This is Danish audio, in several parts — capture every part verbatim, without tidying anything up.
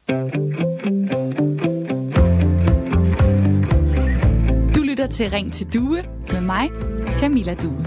Du lytter til Ring til Due med mig, Camilla Due.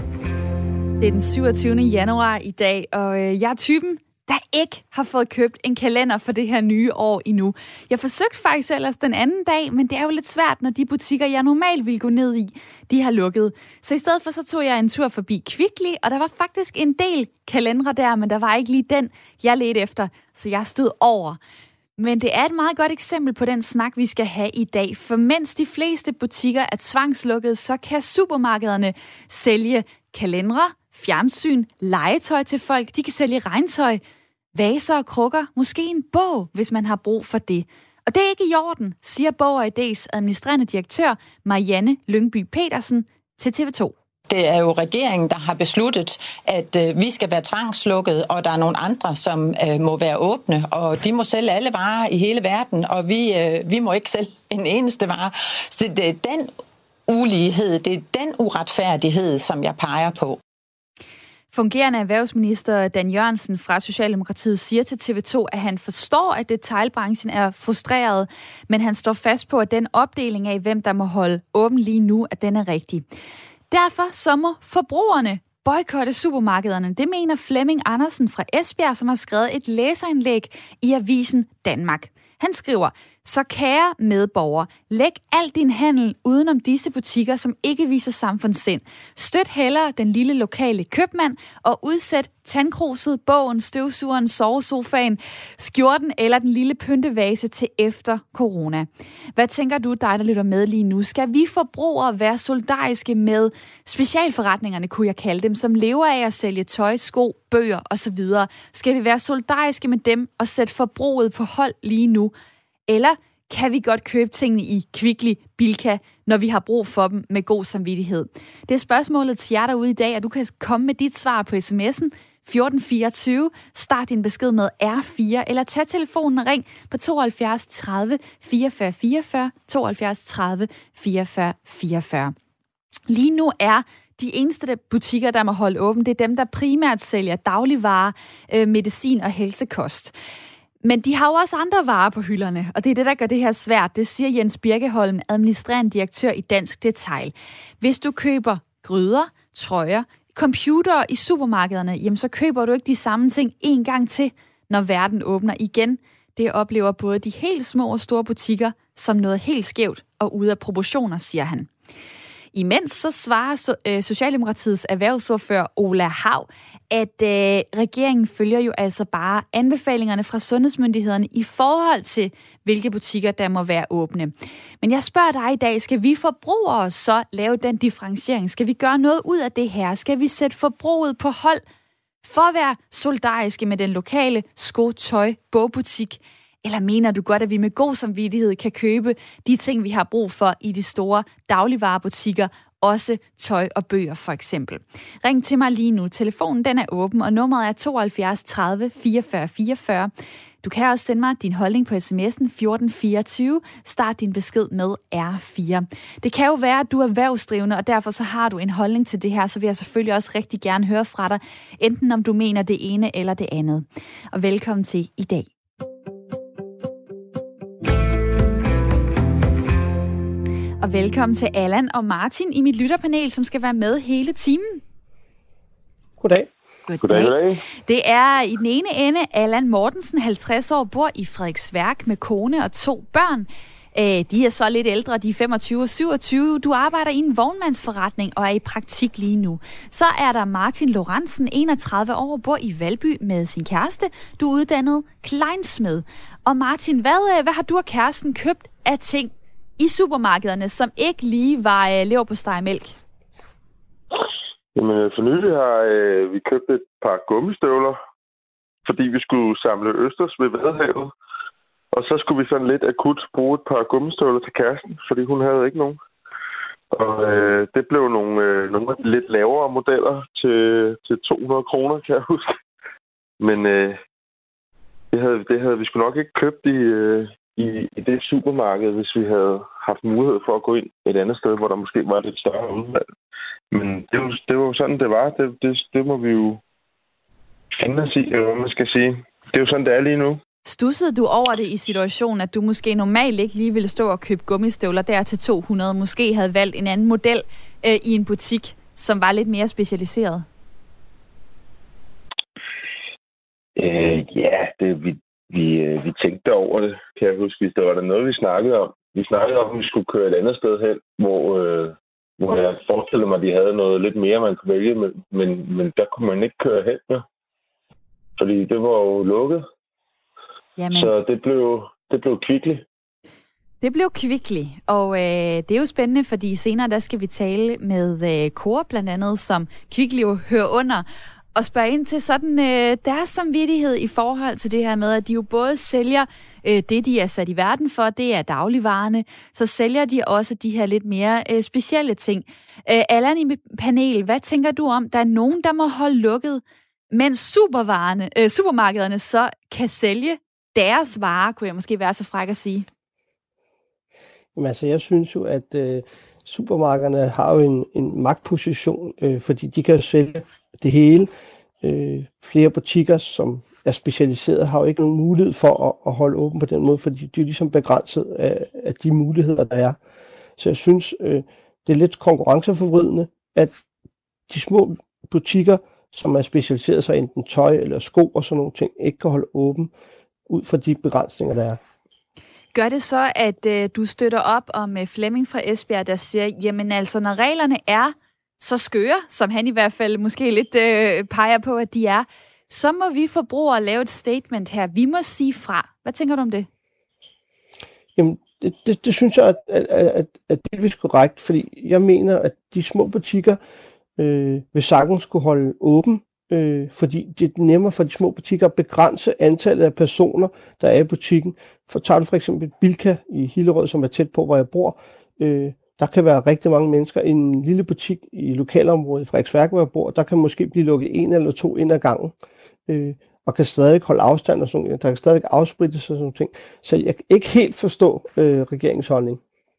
Det er den syvogtyvende januar i dag, og jeg er typen, der ikke har fået købt en kalender for det her nye år endnu. Jeg forsøgte faktisk ellers den anden dag, men det er jo lidt svært, når de butikker, jeg normalt ville gå ned i, de har lukket. Så i stedet for, så tog jeg en tur forbi Kvickly, og der var faktisk en del kalendere der, men der var ikke lige den, jeg ledte efter, så jeg stod over. Men det er et meget godt eksempel på den snak, vi skal have i dag. For mens de fleste butikker er tvangslukket, så kan supermarkederne sælge kalendere, fjernsyn, legetøj til folk. De kan sælge regntøj, vaser og krukker, måske en bog, hvis man har brug for det. Og det er ikke i orden, siger Bog og Idés administrerende direktør Marianne Lyngby Petersen til T V to. Det er jo regeringen, der har besluttet, at øh, vi skal være tvangslukket, og der er nogle andre, som øh, må være åbne, og de må sælge alle varer i hele verden, og vi, øh, vi må ikke sælge en eneste vare. Så det, det er den ulighed, det er den uretfærdighed, som jeg peger på. Fungerende erhvervsminister Dan Jørgensen fra Socialdemokratiet siger til T V to, at han forstår, at detailbranchen er frustreret, men han står fast på, at den opdeling af, hvem der må holde åben lige nu, at den er rigtig. Derfor så må forbrugerne boykotte supermarkederne. Det mener Flemming Andersen fra Esbjerg, som har skrevet et læserindlæg i Avisen Danmark. Han skriver, så kære medborgere, læg al din handel udenom disse butikker, som ikke viser samfundssind. Støt hellere den lille lokale købmand og udsæt tandkruset, bogen, støvsugeren, sovesofaen, skjorten eller den lille pyntevase til efter corona. Hvad tænker du, dig der lytter med lige nu? Skal vi forbrugere være solidariske med specialforretningerne, kunne jeg kalde dem, som lever af at sælge tøj, sko, bøger osv.? Skal vi være solidariske med dem og sætte forbruget på hold lige nu? Eller kan vi godt købe tingene i Kvickly, Bilka, når vi har brug for dem med god samvittighed? Det er spørgsmålet til jer derude i dag, og du kan komme med dit svar på sms'en fjorten fireogtyve. Start din besked med R fire, eller tag telefonen og ring på tooghalvfjerds tredive fireogfyrre fireogfyrre, tooghalvfjerds tredive fireogfyrre fireogfyrre. Lige nu er de eneste butikker, der må holde åben, det er dem, der primært sælger dagligvarer, øh, medicin og helsekost. Men de har jo også andre varer på hylderne, og det er det, der gør det her svært. Det siger Jens Birkeholm, administrerende direktør i Dansk Detail. Hvis du køber gryder, trøjer, computere i supermarkederne, jamen så køber du ikke de samme ting en gang til, når verden åbner igen. Det oplever både de helt små og store butikker som noget helt skævt og ude af proportioner, siger han. Imens så svarer so- øh, Socialdemokratiets erhvervsordfører Ola Hav, at øh, regeringen følger jo altså bare anbefalingerne fra sundhedsmyndighederne i forhold til, hvilke butikker der må være åbne. Men jeg spørger dig i dag, skal vi forbrugere så lave den differentiering? Skal vi gøre noget ud af det her? Skal vi sætte forbruget på hold for at være solidariske med den lokale sko, tøj, bogbutik? Eller mener du godt, at vi med god samvittighed kan købe de ting, vi har brug for i de store dagligvarebutikker, også tøj og bøger for eksempel? Ring til mig lige nu. Telefonen den er åben, og nummeret er tooghalvfjerds tredive fireogfyrre fireogfyrre. Du kan også sende mig din holdning på sms'en fjorten fireogtyve. Start din besked med R fire. Det kan jo være, at du er erhvervsdrivende, og derfor så har du en holdning til det her, så vil jeg selvfølgelig også rigtig gerne høre fra dig, enten om du mener det ene eller det andet. Og velkommen til i dag. Og velkommen til Allan og Martin i mit lytterpanel, som skal være med hele timen. Goddag. Goddag. Goddag, goddag. Det er i den ene ende Allan Mortensen, halvtreds år, bor i Frederiksværk med kone og to børn. De er så lidt ældre, de er femogtyve og syvogtyve. Du arbejder i en vognmandsforretning og er i praktik lige nu. Så er der Martin Lorentzen, enogtredive år, bor i Valby med sin kæreste. Du er uddannet kleinsmed. Og Martin, hvad, hvad har du og kæresten købt af ting i supermarkederne, som ikke lige var øh, leverpostej og mælk? Jamen, for nylig har øh, vi købt et par gummistøvler, fordi vi skulle samle østers ved Vadehavet. Og så skulle vi sådan lidt akut bruge et par gummistøvler til kæresten, fordi hun havde ikke nogen. Og øh, det blev nogle, øh, nogle lidt lavere modeller til, til to hundrede kroner, kan jeg huske. Men øh, det, havde, det havde vi sgu nok ikke købt i... Øh, I, i det supermarked, hvis vi havde haft mulighed for at gå ind et andet sted, hvor der måske var lidt større udvalg. Men det var, det var sådan, det var. Det, det, det må vi jo finde os i, eller hvad man skal sige. Det er jo sådan, det er lige nu. Stussede du over det i situationen, at du måske normalt ikke lige ville stå og købe gummistøvler der til to hundrede, måske havde valgt en anden model øh, i en butik, som var lidt mere specialiseret? Øh, ja, det, vi, vi, vi tænkte over det, kan jeg huske. Hvis der var der noget, vi snakkede om. Vi snakkede om, at vi skulle køre et andet sted hen, hvor, øh, hvor jeg forestillede mig, at de havde noget lidt mere, man kunne vælge, men, men, men der kunne man ikke køre hen med. Fordi det var jo lukket. Jamen. Så det blev, det blev Kvickly. Det blev Kvickly, og øh, det er jo spændende, fordi senere der skal vi tale med øh, Coop blandt andet, som Kvickly jo hører under, og spørge ind til sådan øh, deres samvittighed i forhold til det her med, at de jo både sælger øh, det, de er sat i verden for, det er dagligvarerne, så sælger de også de her lidt mere øh, specielle ting. Øh, Allan i mit panel, hvad tænker du om, der er nogen, der må holde lukket, mens supervarerne, øh, supermarkederne så kan sælge deres varer, kunne jeg måske være så fræk at sige? Jamen, altså, jeg synes jo, at øh, supermarkederne har jo en, en magtposition, øh, fordi de kan sælge det hele. Øh, flere butikker, som er specialiseret, har jo ikke nogen mulighed for at, at holde åben på den måde, fordi de er ligesom begrænset af, af de muligheder, der er. Så jeg synes, øh, det er lidt konkurrenceforvridende, at de små butikker, som er specialiseret sig enten tøj eller sko og sådan nogle ting, ikke kan holde åben ud fra de begrænsninger, der er. Gør det så, at øh, du støtter op om øh, Flemming fra Esbjerg, der siger, jamen altså, når reglerne er så skøre, som han i hvert fald måske lidt øh, peger på, at de er, så må vi forbrugere lave et statement her. Vi må sige fra. Hvad tænker du om det? Jamen, det, det, det synes jeg at, at, at, at delvis korrekt, fordi jeg mener, at de små butikker øh, vil sagtens skulle holde åben, Øh, fordi det er nemmere for de små butikker at begrænse antallet af personer, der er i butikken. For tager du for eksempel Bilka i Hillerød, som er tæt på, hvor jeg bor, øh, der kan være rigtig mange mennesker i en lille butik i lokalområdet i Frederiksværk, hvor jeg bor. Der kan måske blive lukket en eller to ind ad gangen, øh, og kan stadig holde afstand og sådan noget. Der kan stadig afsprittes og sådan noget ting. Så jeg kan ikke helt forstå øh, regeringens holdning.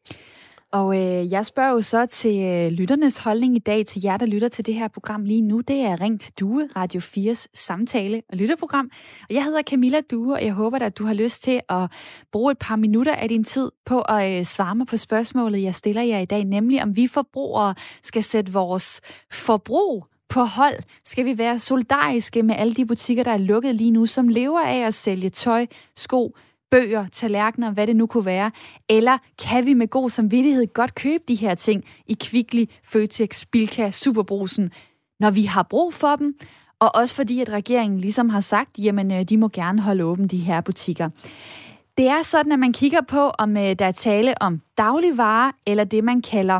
Og øh, jeg spørger jo så til øh, lytternes holdning i dag, til jer, der lytter til det her program lige nu. Det er Ring til Due, Radio fires samtale- og lytterprogram. Og jeg hedder Camilla Due, og jeg håber, at du har lyst til at bruge et par minutter af din tid på at øh, svare mig på spørgsmålet, jeg stiller jer i dag, nemlig om vi forbrugere skal sætte vores forbrug på hold. Skal vi være solidariske med alle de butikker, der er lukket lige nu, som lever af at sælge tøj, sko, bøger, tallerkener, hvad det nu kunne være? Eller kan vi med god samvittighed godt købe de her ting i Kvickly, Føtex, Bilka, Superbrugsen, når vi har brug for dem? Og også fordi, at regeringen ligesom har sagt, jamen de må gerne holde åben, de her butikker. Det er sådan, at man kigger på, om der er tale om dagligvarer, eller det, man kalder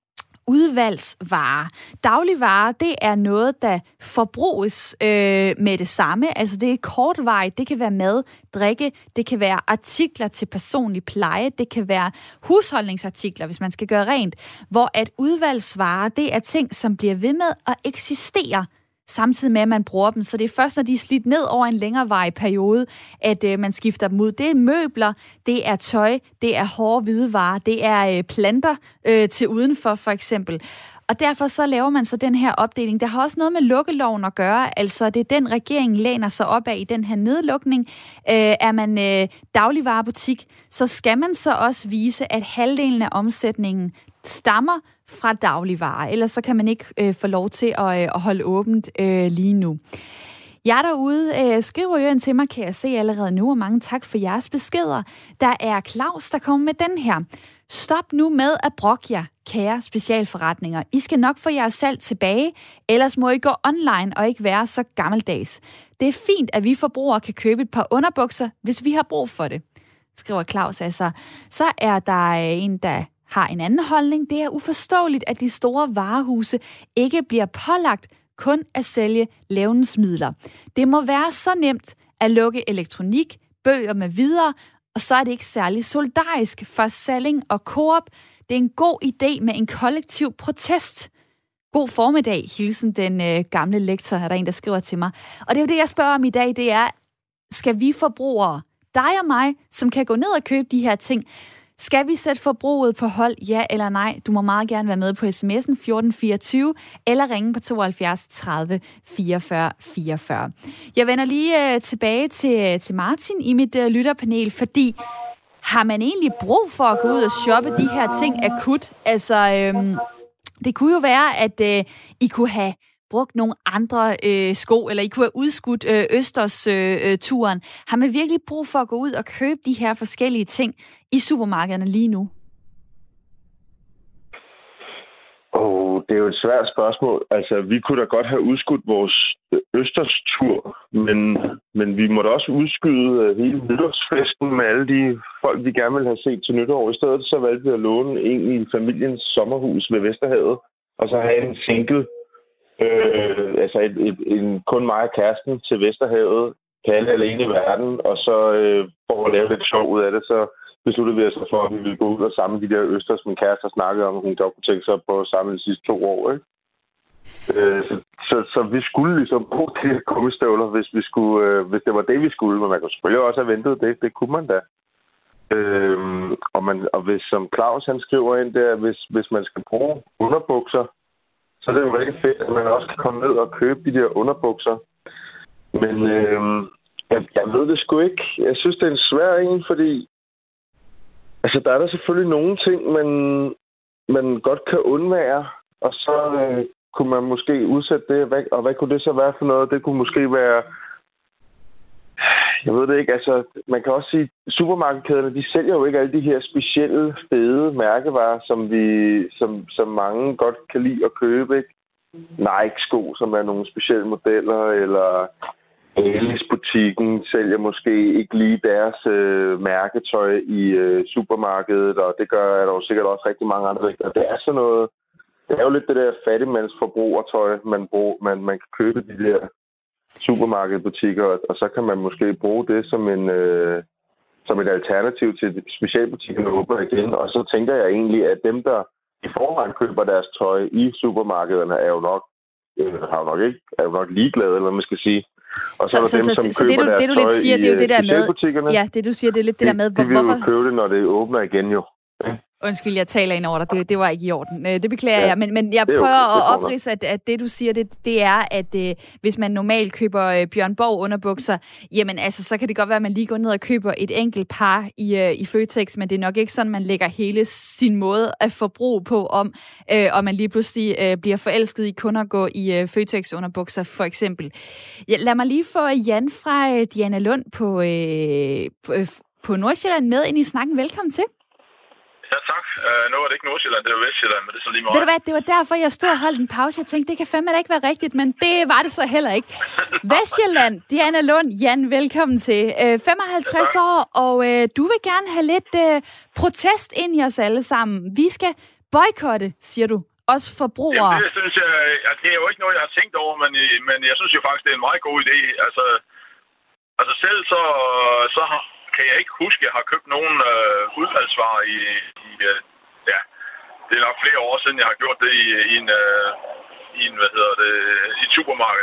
udvalgsvarer. Dagligvarer, det er noget, der forbruges øh, med det samme. Altså det er kortvarigt. Det kan være mad, drikke, det kan være artikler til personlig pleje, det kan være husholdningsartikler, hvis man skal gøre rent. Hvor at udvalgsvarer, det er ting, som bliver ved med at eksistere, samtidig med, at man bruger dem. Så det er først, når de er slidt ned over en længerevarig periode, at øh, man skifter dem ud. Det er møbler, det er tøj, det er hårde hvidevarer, det er øh, planter øh, til udenfor, for eksempel. Og derfor så laver man så den her opdeling. Det har også noget med lukkeloven at gøre. Altså, det er den, regeringen læner sig op af i den her nedlukning. Øh, er man øh, dagligvarebutik, så skal man så også vise, at halvdelen af omsætningen stammer fra dagligvarer. Ellers så kan man ikke øh, få lov til at, øh, at holde åbent øh, lige nu. Jeg derude øh, skriver jo ind til mig, kan jeg se allerede nu, og mange tak for jeres beskeder. Der er Claus, der kommer med den her. Stop nu med at brokke jer, kære specialforretninger. I skal nok få jeres salg tilbage, ellers må I gå online og ikke være så gammeldags. Det er fint, at vi forbrugere kan købe et par underbukser, hvis vi har brug for det, skriver Claus altså. Så er der en, der har en anden holdning. Det er uforståeligt, at de store varehuse ikke bliver pålagt kun at sælge levnedsmidler. Det må være så nemt at lukke elektronik, bøger med videre, og så er det ikke særlig solidarisk for Salling og Coop. Det er en god idé med en kollektiv protest. God formiddag, hilsen den øh, gamle lektor, er der en, der skriver til mig. Og det er jo det, jeg spørger om i dag, det er, skal vi forbrugere, dig og mig, som kan gå ned og købe de her ting, Skal vi sætte forbruget på hold, ja eller nej? Du må meget gerne være med på sms'en fjorten fireogtyve eller ringe på tooghalvfjerds tredive fireogfyrre fireogfyrre. Jeg vender lige øh, tilbage til, til Martin i mit øh, lytterpanel, fordi har man egentlig brug for at gå ud og shoppe de her ting akut? Altså, øhm, det kunne jo være, at øh, I kunne have brugt nogle andre øh, sko, eller I kunne have udskudt øh, Østers-turen. Øh, har man virkelig brug for at gå ud og købe de her forskellige ting i supermarkederne lige nu? Oh, det er jo et svært spørgsmål. Altså, vi kunne da godt have udskudt vores Østers-tur, men, men vi måtte også udskyde hele nytårsfesten med alle de folk, vi gerne ville have set til nytår. I stedet så valgte vi at låne en i familiens sommerhus ved Vesterhavet, og så have en single, øh, altså et, et, en, kun mig og kæresten til Vesterhavet, Kalle alene i verden, og så øh, for at lave lidt sjov ud af det, så besluttede vi os for, at vi ville gå ud og samle de der østers, min kæreste har snakket om, at hun godt kunne tænke sig på at samle de sidste to år, ikke? Øh, så, så, så vi skulle ligesom bruge de her gummistøvler, hvis, vi skulle, øh, hvis det var det, vi skulle, men man kunne selvfølgelig også have ventet det, det kunne man da. Øh, og, man, og hvis, som Claus han skriver ind der, hvis, hvis man skal bruge underbukser, så er det jo rigtig fedt, at man også kan komme ned og købe de der underbukser. Men øh, jeg, jeg ved det sgu ikke. Jeg synes, det er en svær en, fordi altså, der er der selvfølgelig nogle ting, man, man godt kan undvære, og så øh, kunne man måske udsætte det. Hvad, og hvad kunne det så være for noget? Det kunne måske være... Jeg ved det ikke. Altså, man kan også sige, at supermarkedskæderne, de sælger jo ikke alle de her specielle, fede mærkevarer, som, vi, som, som mange godt kan lide at købe. Ikke? Nike-sko, som er nogle specielle modeller, eller... Alice-butikken sælger måske ikke lige deres øh, mærketøj i øh, supermarkedet, og det gør er der jo sikkert også rigtig mange andre. Og det er sådan noget, det er jo lidt det der fattigmandsforbrugertøj, man, bruger, man, man kan købe de der supermarkedbutikker, og, og så kan man måske bruge det som en øh, som et alternativ til specialbutikkerne åbner igen. Og så tænker jeg egentlig, at dem, der i forvejen køber deres tøj i supermarkederne, er jo nok, øh, har jo nok ikke, er jo nok ligeglade, eller hvad man skal sige. Og så, så, så, dem, så, så det, du, det, du lidt siger, det er jo det der med... Ja, det du siger, det er lidt det, det der med... Hvor, de vil jo hvorfor... købe det, når det åbner igen jo. Undskyld, jeg taler ind over dig. Det, det var ikke i orden. Det beklager ja, jeg. Men, men jeg prøver okay, at opridse, at, at det, du siger, det, det er, at øh, hvis man normalt køber øh, Bjørn Borg underbukser, jamen altså, så kan det godt være, at man lige går ned og køber et enkelt par i, øh, i Føtex, men det er nok ikke sådan, man lægger hele sin måde at forbruge på, om øh, og man lige pludselig øh, bliver forelsket i kun at gå i øh, Føtex underbukser, for eksempel. Ja, lad mig lige få Jan fra øh, Diana Lund på, øh, på, øh, på Nordsjælland med ind i snakken. Velkommen til. Ja, tak. Uh, nu er det ikke Nordsjælland, det er Vestjylland, men det er så lige meget. Ved du hvad, det var derfor, jeg stod og holdt en pause. Jeg tænkte, det kan fandme da ikke være rigtigt, men det var det så heller ikke. Vestjylland, Diana Lund, Jan, velkommen til. Uh, femoghalvtreds ja, år, og uh, du vil gerne have lidt uh, protest ind i os alle sammen. Vi skal boykotte, siger du, også forbrugere. Jamen, det synes jeg, at det er jo ikke noget, jeg har tænkt over, men, men jeg synes jo faktisk, det er en meget god idé. Altså, altså selv så, så har kan jeg ikke huske, at jeg har købt nogen øh, udvalgsvarer i, i øh, ja, det er nok flere år siden, jeg har gjort det i, i en, øh, i en, hvad hedder det, i et supermarked.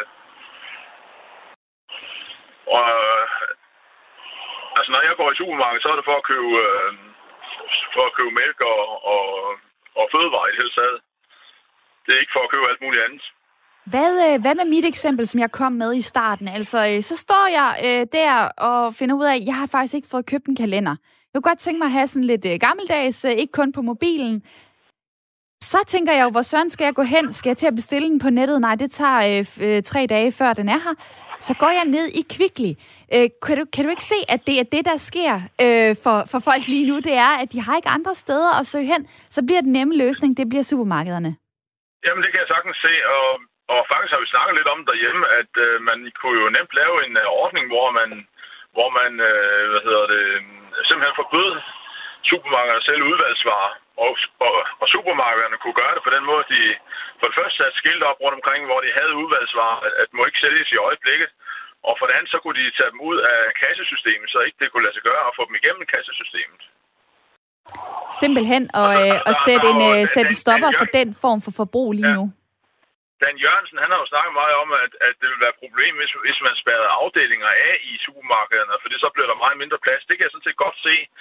Og øh, altså, når jeg går i supermarkedet, så er det for at købe, øh, for at købe mælk og, og, og fødevarer i det hele taget. Det er ikke for at købe alt muligt andet. Hvad, hvad med mit eksempel, som jeg kom med i starten? Altså, så står jeg øh, der og finder ud af, at jeg har faktisk ikke fået købt en kalender. Jeg kunne godt tænke mig at have sådan lidt øh, gammeldags, øh, ikke kun på mobilen. Så tænker jeg jo, hvor søren skal jeg gå hen? Skal jeg til at bestille den på nettet? Nej, det tager øh, tre dage før den er her. Så går jeg ned i Kvickly. Øh, kan, du, kan du ikke se, at det er det, der sker øh, for, for folk lige nu? Det er, at de har ikke andre steder at søge hen. Så bliver den nemme løsning, det bliver supermarkederne. Jamen, det kan jeg sagtens se, og Og faktisk har vi snakket lidt om derhjemme, at øh, man kunne jo nemt lave en øh, ordning, hvor man, hvor man øh, hvad hedder det, simpelthen forbød supermarkederne at sælge udvalgsvarer. Og, og, og supermarkederne kunne gøre det på den måde, at de for det første satte skilt op rundt omkring, hvor de havde udvalgsvarer, at, at må ikke sælges i øjeblikket. Og for det andet, så kunne de tage dem ud af kassesystemet, så ikke det kunne lade sig gøre at få dem igennem kassesystemet. Simpelthen og, øh, og sætte en, øh, sæt en stopper for den form for forbrug lige nu. Dan Jørgensen, han har jo snakket meget om, at, at det vil være et problem, hvis, hvis man spærrede afdelinger af i supermarkederne, for så bliver der meget mindre plads. Det kan jeg sådan set godt se.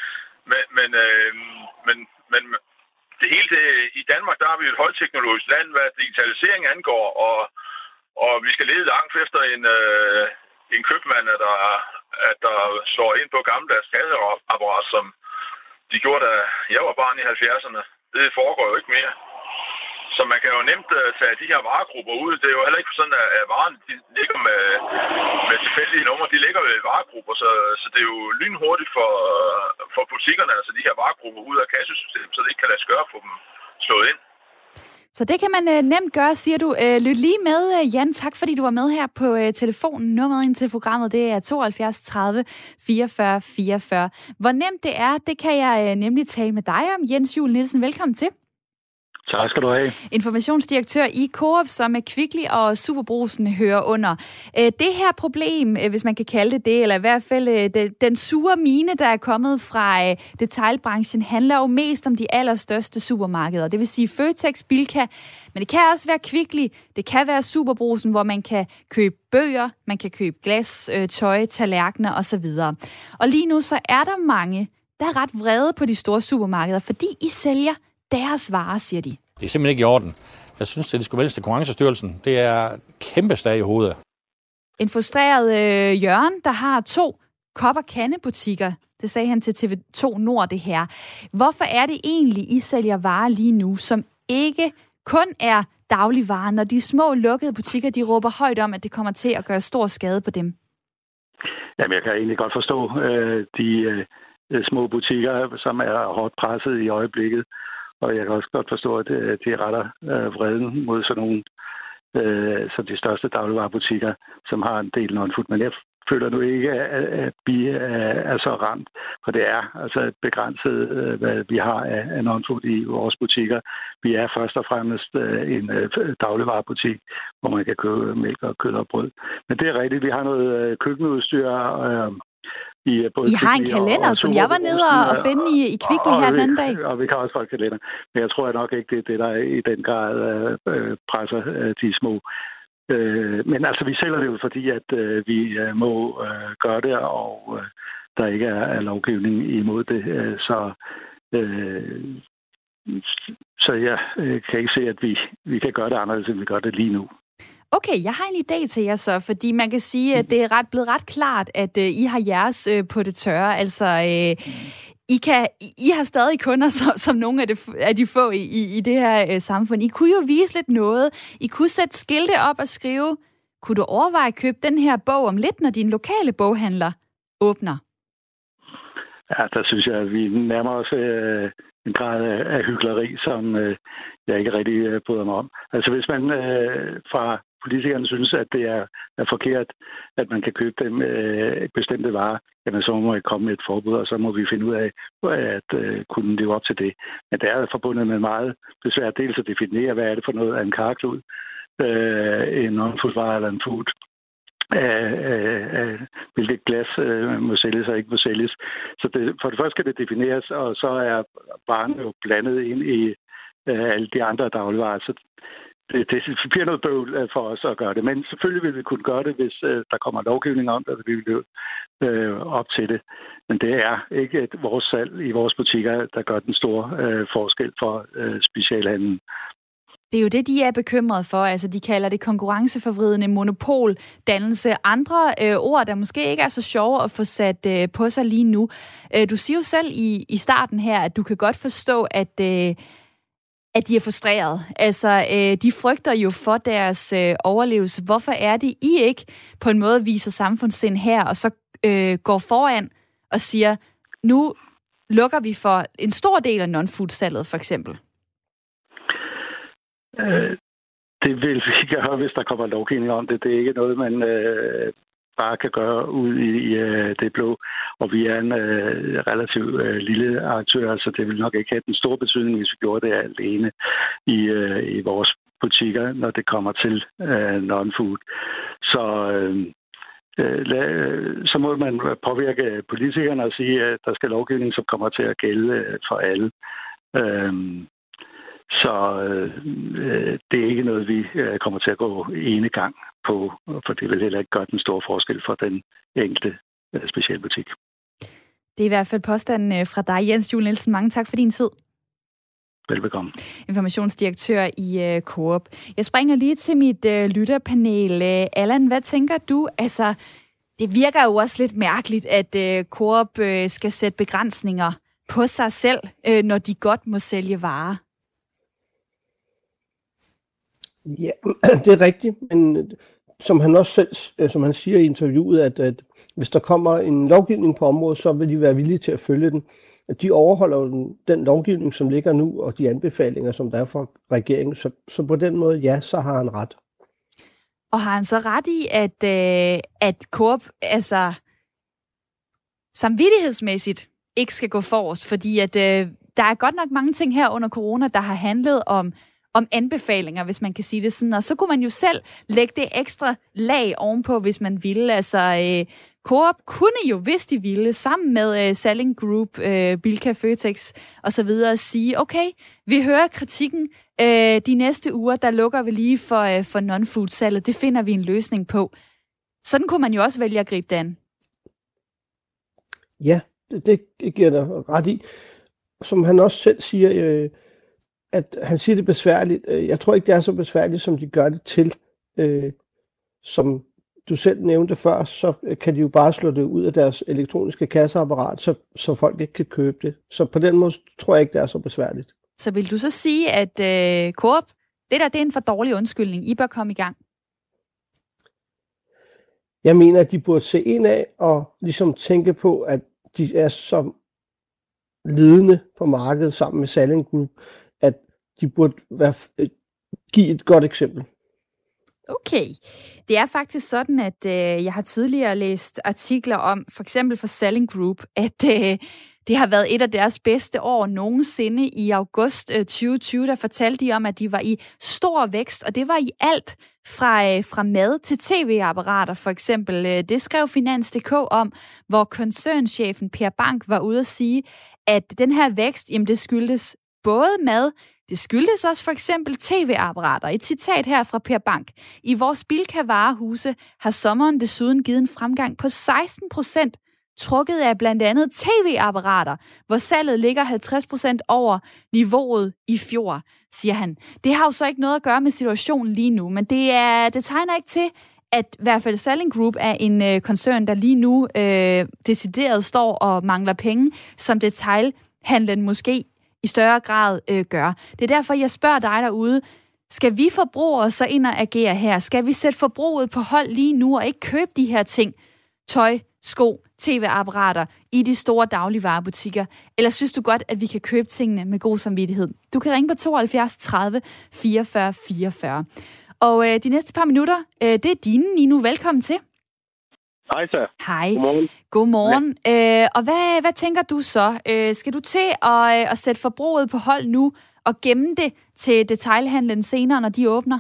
men, men, øh, men, men det hele det, i Danmark, der har vi et højteknologisk land, hvad digitalisering angår, og, og vi skal lede langt efter en, øh, en købmand, at der, at der slår ind på gammeldags kasseapparat, som de gjorde, da jeg var barn i halvfjerdserne. Det foregår jo ikke mere. Så man kan jo nemt uh, tage de her varegrupper ud. Det er jo heller ikke sådan, at varerne de ligger med, med tilfældige numre. De ligger jo i varegrupper, så, så det er jo lynhurtigt for, for butikkerne, altså de her varegrupper ud af kassesystemet, så det ikke kan lade sig gøre for dem slået ind. Så det kan man uh, nemt gøre, siger du. Uh, lyt lige med, uh, Jan. Tak, fordi du var med her på uh, telefonen. Nummeret ind til programmet, det er tooghalvfjerds tredive fireogfyrre fireogfyrre. Hvor nemt det er, det kan jeg uh, nemlig tale med dig om. Jens Juel Nielsen, velkommen til. Tak skal du have. Informationsdirektør i Coop, som Kvickly og Superbrugsen hører under. Det her problem, hvis man kan kalde det det, eller i hvert fald den sure mine, der er kommet fra detailbranchen, handler jo mest om de allerstørste supermarkeder. Det vil sige Føtex, Bilka, men det kan også være Kvickly, det kan være Superbrugsen, hvor man kan købe bøger, man kan købe glas, tøj, tallerkener osv. Og lige nu så er der mange, der er ret vrede på de store supermarkeder, fordi I sælger deres varer, siger de. Det er simpelthen ikke i orden. Jeg synes, at det skulle vælges til Konkurrencestyrelsen. Det er kæmpe slag i hovedet. En frustreret øh, Jørgen, der har to kop- og kandebutikker. Det sagde han til T V to Nord, det her. Hvorfor er det egentlig, I sælger varer lige nu, som ikke kun er dagligvarer, når de små lukkede butikker, de råber højt om, at det kommer til at gøre stor skade på dem? Jamen, jeg kan egentlig godt forstå øh, de øh, små butikker, som er hårdt presset i øjeblikket. Og jeg kan også godt forstå, at de retter øh, vreden mod sådan nogle, øh, så de største dagligvarebutikker, som har en del non-food. Men jeg føler nu ikke, at, at vi er så ramt, for det er altså begrænset, øh, hvad vi har af, af non-food i vores butikker. Vi er først og fremmest øh, en øh, dagligvarebutik, hvor man kan købe mælk og kød og brød. Men det er rigtigt, vi har noget øh, køkkenudstyr, øh, I, I har en kalender, som jeg var nede og, og finde i, i Kvickly her den anden dag. Og vi kan også få en kalender. Men jeg tror nok ikke, det er det, der i den grad øh, presser øh, de små. Øh, men altså, vi sælger det jo, fordi at øh, vi øh, må øh, gøre det, og øh, der ikke er, er lovgivning imod det. Øh, så øh, så jeg øh, kan ikke se, at vi, vi kan gøre det anderledes, end vi gør det lige nu. Okay, jeg har en idé til jer så, fordi man kan sige, at det er ret, blevet ret klart, at uh, I har jeres uh, på det tørre. Altså, uh, I, kan, I har stadig kunder som, som nogle af, det, af de få i, i, i det her uh, samfund. I kunne jo vise lidt noget. I kunne sætte skilte op og skrive, kunne du overveje at købe den her bog om lidt, når din lokale boghandler åbner? Ja, der synes jeg, at vi nærmer os øh, en grad af, af hykleri, som øh, jeg ikke rigtig øh, bryder mig om. Altså hvis man øh, fra politikerne synes, at det er, er forkert, at man kan købe dem øh, bestemte varer, jamen så må vi komme med et forbud, og så må vi finde ud af at øh, kunne leve op til det. Men det er forbundet med meget besvær dels at definere, hvad er det for noget af en karklud, øh, en non-food-vare eller en food. Af, af, af hvilket glas øh, må sælges og ikke må sælges. Så det, for det første skal det defineres, og så er varen jo blandet ind i øh, alle de andre dagligvarer. Så det, det bliver noget bøvl for os at gøre det. Men selvfølgelig vil vi kunne gøre det, hvis øh, der kommer lovgivning om det, og vi vil løbe øh, op til det. Men det er ikke et, vores salg i vores butikker, der gør den store øh, forskel for øh, specialhandlen. Det er jo det, de er bekymret for. Altså, de kalder det konkurrenceforvridende monopoldannelse. Andre øh, ord, der måske ikke er så sjove at få sat øh, på sig lige nu. Øh, du siger jo selv i, i starten her, at du kan godt forstå, at, øh, at de er frustreret. Altså, øh, de frygter jo for deres øh, overlevelse. Hvorfor er det, I ikke på en måde viser samfundssind her, og så øh, går foran og siger, nu lukker vi for en stor del af non-food-salget, for eksempel? Det vil vi gøre, hvis der kommer lovgivning om det. Det er ikke noget, man øh, bare kan gøre ud i, i øh, det blå. Og vi er en øh, relativt øh, lille aktør, så det vil nok ikke have den store betydning, hvis vi gjorde det alene i, øh, i vores butikker, når det kommer til øh, non-food. Så, øh, øh, så må man påvirke politikerne og sige, at der skal lovgivning, som kommer til at gælde øh, for alle. Øh, Så øh, det er ikke noget, vi øh, kommer til at gå ene gang på, for det vil heller ikke gøre den store forskel for den enkelte øh, specialbutik. Det er i hvert fald påstanden fra dig, Jens Juel Nielsen. Mange tak for din tid. Velbekomme. Informationsdirektør i uh, Coop. Jeg springer lige til mit uh, lytterpanel. Uh, Allan, hvad tænker du? Altså, det virker jo også lidt mærkeligt, at uh, Coop uh, skal sætte begrænsninger på sig selv, uh, når de godt må sælge varer. Ja, det er rigtigt, men som han også selv, som han siger i interviewet, at, at hvis der kommer en lovgivning på området, så vil de være villige til at følge den. At de overholder den, den lovgivning, som ligger nu, og de anbefalinger, som der er fra regeringen. Så, så på den måde, ja, så har han ret. Og har han så ret i, at, øh, at Coop altså, samvittighedsmæssigt ikke skal gå forrest? Fordi at, øh, der er godt nok mange ting her under corona, der har handlet om om anbefalinger, hvis man kan sige det sådan. Og så kunne man jo selv lægge det ekstra lag ovenpå, hvis man ville. Altså, øh, Coop kunne jo, hvis de ville, sammen med øh, Salling Group, øh, Bilka, Føtex og så videre, sige, okay, vi hører kritikken. Øh, de næste uger, der lukker vi lige for, øh, for non-food-salget. Det finder vi en løsning på. Sådan kunne man jo også vælge at gribe det an. Ja, det, det giver dig ret i. Som han også selv siger, øh, at han siger det er besværligt. Jeg tror ikke, det er så besværligt, som de gør det til. Øh, som du selv nævnte før, så kan de jo bare slå det ud af deres elektroniske kasseapparat, så, så folk ikke kan købe det. Så på den måde tror jeg ikke, det er så besværligt. Så vil du så sige, at øh, Coop, det der det er en for dårlig undskyldning. I bør komme i gang? Jeg mener, at de burde se ind af og ligesom tænke på, at de er så ledende på markedet sammen med Salling Group, at de burde være, give et godt eksempel. Okay. Det er faktisk sådan, at øh, jeg har tidligere læst artikler om, for eksempel for Salling Group, at øh, det har været et af deres bedste år nogensinde. I august øh, tyve tyve, der fortalte de om, at de var i stor vækst, og det var i alt fra, øh, fra mad til tv-apparater for eksempel. Øh, det skrev Finans punktum d k om, hvor koncernchefen Per Bank var ude at sige, at den her vækst, jamen det skyldes både mad, det skyldes også for eksempel tv-apparater. Et citat her fra Per Bank. I vores Bilka-varehuse har sommeren desuden givet en fremgang på seksten procent, trukket af blandt andet tv-apparater, hvor salget ligger halvtreds procent over niveauet i fjor, siger han. Det har jo så ikke noget at gøre med situationen lige nu, men det, er, det tegner ikke til, at i hvert fald Salling Group er en øh, koncern, der lige nu øh, decideret står og mangler penge, som detailhandlen måske i større grad øh, gør. Det er derfor, jeg spørger dig derude, skal vi forbrugere så ind og agere her? Skal vi sætte forbruget på hold lige nu og ikke købe de her ting? Tøj, sko, tv-apparater i de store dagligvarebutikker? Eller synes du godt, at vi kan købe tingene med god samvittighed? Du kan ringe på tooghalvfjerds tredive fireogfyrre fireogfyrre. Og øh, de næste par minutter, øh, det er dine, Nino. Velkommen til. Hej så. Hej. Godmorgen. Godmorgen. Ja. Øh, og hvad, hvad tænker du så? Øh, skal du til at, øh, at sætte forbruget på hold nu og gemme det til detailhandlen senere, når de åbner?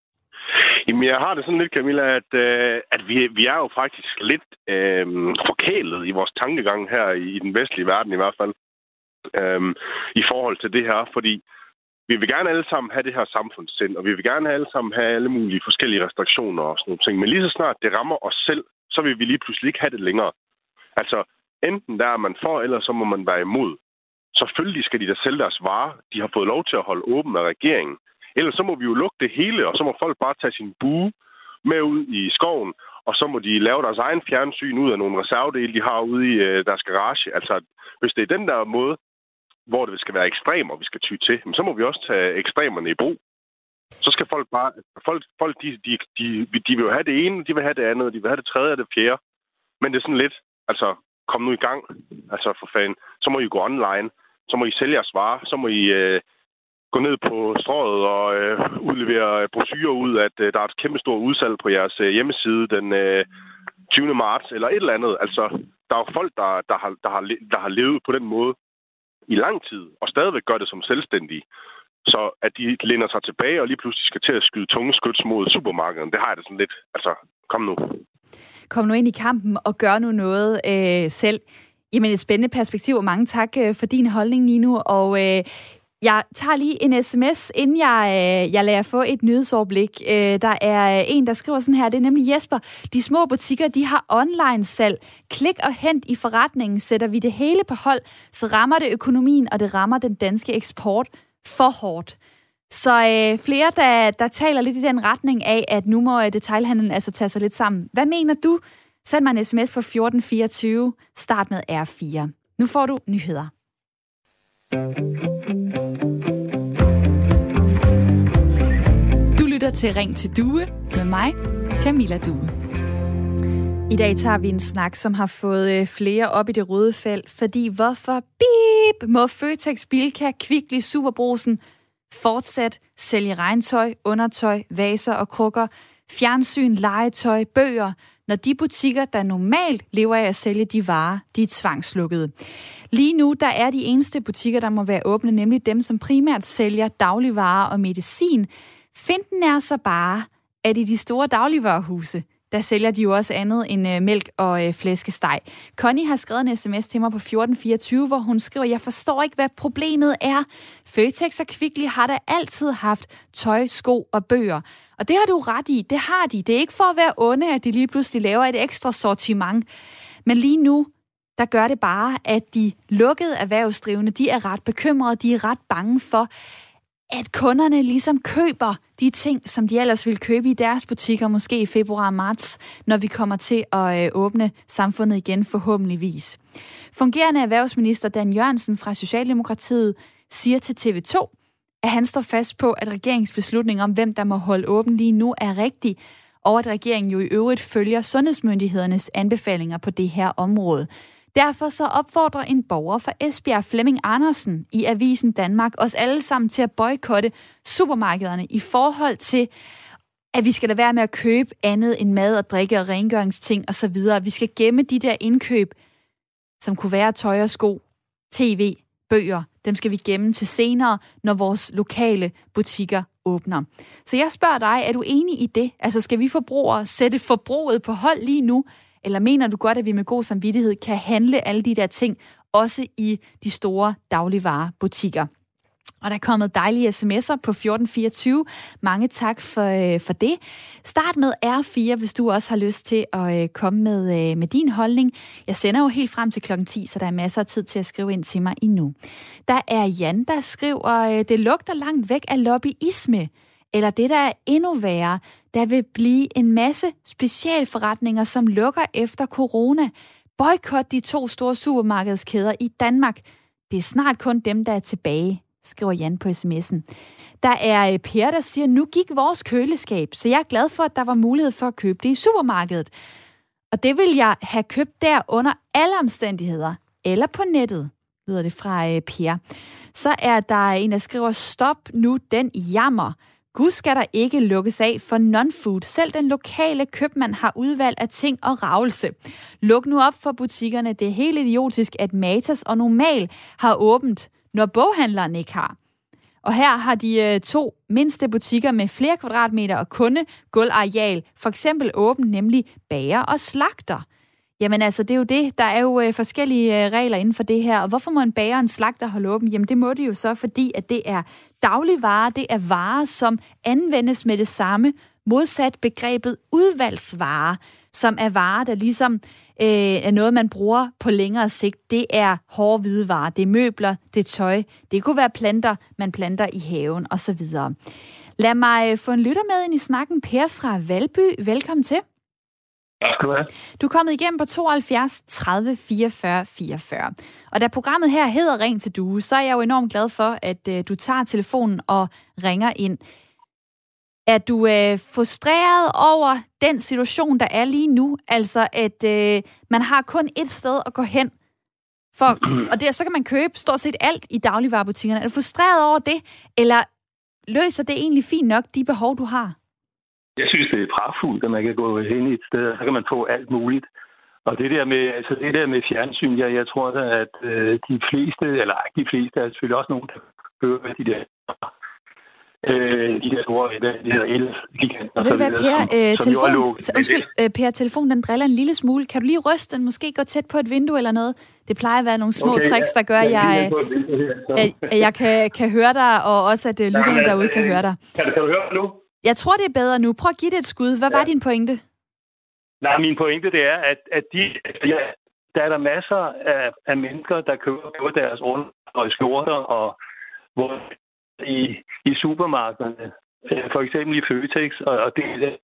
Jamen, jeg har det sådan lidt, Camilla, at, øh, at vi, vi er jo faktisk lidt øh, forkælet i vores tankegang her i, i den vestlige verden i hvert fald, øh, i forhold til det her, fordi vi vil gerne alle sammen have det her samfundssind, og vi vil gerne alle sammen have alle mulige forskellige restriktioner og sådan nogle ting, men lige så snart det rammer os selv, så vil vi lige pludselig ikke have det længere. Altså, enten der er man for, eller så må man være imod. Selvfølgelig skal de da sælge deres varer. De har fået lov til at holde åben af regeringen. Ellers så må vi jo lukke det hele, og så må folk bare tage sin bue med ud i skoven, og så må de lave deres egen fjernsyn ud af nogle reservedele, de har ude i øh, deres garage. Altså, hvis det er den der måde, hvor det skal være ekstremer, vi skal ty til, så må vi også tage ekstremerne i brug. Så skal folk bare... Folk, folk de, de, de, de vil jo have det ene, de vil have det andet, de vil have det tredje og det fjerde. Men det er sådan lidt... Altså, kom nu i gang. Altså, for fanden. Så må I gå online. Så må I sælge jeres varer. Så må I øh, gå ned på strøget og øh, udlevere brochurer ud, at øh, der er et kæmpe stort udsalg på jeres øh, hjemmeside den øh, tyvende marts, eller et eller andet. Altså, der er jo folk, der, der, har, der, har, der har levet på den måde i lang tid, og stadigvæk gør det som selvstændige. Så at de læner sig tilbage og lige pludselig skal til at skyde tunge skyts mod supermarkedet, det har jeg det sådan lidt. Altså, kom nu. Kom nu ind i kampen og gør nu noget øh, selv. Jamen et spændende perspektiv, og mange tak øh, for din holdning, Nino. Og øh, Jeg tager lige en sms, inden jeg, øh, jeg lader få et nyhedsoverblik. Øh, der er en, der skriver sådan her, det er nemlig Jesper. De små butikker, de har online-salg. Klik og hent i forretningen, sætter vi det hele på hold, så rammer det økonomien, og det rammer den danske eksport for hårdt. Så øh, flere, der, der taler lidt i den retning af, at nu må detailhandlen altså tage sig lidt sammen. Hvad mener du? Send mig en sms på fjorten fireogtyve. Start med R fire. Nu får du nyheder. Du lytter til Ring til Due med mig, Camilla Due. I dag tager vi en snak, som har fået flere op i det røde felt, fordi hvorfor bip må Føtex, Bilka, Kvickly, Superbrugsen fortsat sælge regntøj, undertøj, vaser og krukker, fjernsyn, legetøj, bøger, når de butikker, der normalt lever af at sælge de varer, de er tvangslukkede. Lige nu, der er de eneste butikker, der må være åbne, nemlig dem, som primært sælger dagligvarer og medicin. Finten er så bare, at i de store dagligvarehuse, der sælger de jo også andet end øh, mælk og øh, flæskesteg. Connie har skrevet en sms til mig på fjorten fireogtyve, hvor hun skriver, jeg forstår ikke, hvad problemet er. Føtex og Kvickly har da altid haft tøj, sko og bøger. Og det har du ret i, det har de. Det er ikke for at være onde, at de lige pludselig laver et ekstra sortiment. Men lige nu, der gør det bare, at de lukkede erhvervsdrivende, de er ret bekymrede, de er ret bange for, at kunderne ligesom køber de ting, som de ellers ville købe i deres butikker, måske i februar og marts, når vi kommer til at åbne samfundet igen forhåbentligvis. Fungerende erhvervsminister Dan Jørgensen fra Socialdemokratiet siger til T V to, at han står fast på, at regeringens beslutning om, hvem der må holde åben lige nu, er rigtig, og at regeringen jo i øvrigt følger sundhedsmyndighedernes anbefalinger på det her område. Derfor så opfordrer en borger fra Esbjerg, Flemming Andersen, i Avisen Danmark os alle sammen til at boykotte supermarkederne i forhold til, at vi skal lade være med at købe andet end mad og drikke og rengøringsting osv. Vi skal gemme de der indkøb, som kunne være tøj og sko, tv, bøger. Dem skal vi gemme til senere, når vores lokale butikker åbner. Så jeg spørger dig, er du enig i det? Altså skal vi forbrugere sætte forbruget på hold lige nu? Eller mener du godt, at vi med god samvittighed kan handle alle de der ting, også i de store dagligvarebutikker? Og der er kommet dejlige sms'er på fjorten fireogtyve. Mange tak for, for det. Start med R fire, hvis du også har lyst til at komme med, med din holdning. Jeg sender jo helt frem til klokken ti, så der er masser af tid til at skrive ind til mig endnu. Der er Jan, der skriver, det lugter langt væk af lobbyisme. Eller det, der er endnu værre, der vil blive en masse specialforretninger, som lukker efter corona. Boykot de to store supermarkedskæder i Danmark. Det er snart kun dem, der er tilbage, skriver Jan på sms'en. Der er Per, der siger, nu gik vores køleskab, så jeg er glad for, at der var mulighed for at købe det i supermarkedet. Og det vil jeg have købt der under alle omstændigheder. Eller på nettet, lyder det fra Per. Så er der en, der skriver, stop nu den jammer. Gud skal der ikke lukkes af for non-food. Selv den lokale købmand har udvalg af ting og ravelse. Luk nu op for butikkerne. Det er helt idiotisk, at Matas og Normal har åbent, når boghandleren ikke har. Og her har de øh, to mindste butikker med flere kvadratmeter og kundegulvareal for eksempel åbent, nemlig bager og slagter. Jamen altså, det er jo det. Der er jo øh, forskellige øh, regler inden for det her. Og hvorfor må en bager og en slagter holde åben? Jamen det må det jo så, fordi at det er dagligvarer. Det er varer, som anvendes med det samme, modsat begrebet udvalgsvarer, som er varer, der ligesom øh, er noget, man bruger på længere sigt. Det er hårde hvidevarer, det er møbler, det er tøj. Det kunne være planter, man planter i haven osv. Lad mig få en lytter med ind i snakken. Per fra Valby, velkommen til. Du er kommet igennem på tooghalvfjerds tredive fireogfyrre fireogfyrre. Og da programmet her hedder Ring til Due, så er jeg jo enormt glad for, at øh, du tager telefonen og ringer ind. Er du øh, frustreret over den situation, der er lige nu? Altså, at øh, man har kun et sted at gå hen, for, og der, så kan man købe stort set alt i dagligvarebutikkerne. Er du frustreret over det, eller løser det egentlig fint nok de behov, du har? Jeg synes, det er pragtfuldt, at man kan gå hen i et sted, og så kan man få alt muligt. Og det der med, altså det der med fjernsyn, jeg, jeg tror da, at øh, de fleste, eller ikke de fleste, er selvfølgelig også nogen, der køber de der øh, de her store, de her el-giganter. Ved du hvad, Per, øh, telefon, undskyld, øh, Per, telefonen den driller en lille smule. Kan du lige ryste den, måske gå tæt på et vindue eller noget? Det plejer at være nogle små okay, tricks, der gør, at jeg, jeg, at jeg kan, kan høre dig, og også at lytterne ja, derude kan høre dig. Kan du, kan du høre mig nu? Jeg tror, det er bedre nu. Prøv at give det et skud. Hvad ja. var din pointe? Nej, min pointe det er, at, at de, ja, der er der masser af, af mennesker, der køber deres under og skjorter, og hvor i, i supermarkederne, for eksempel i Føtex, og, og det er...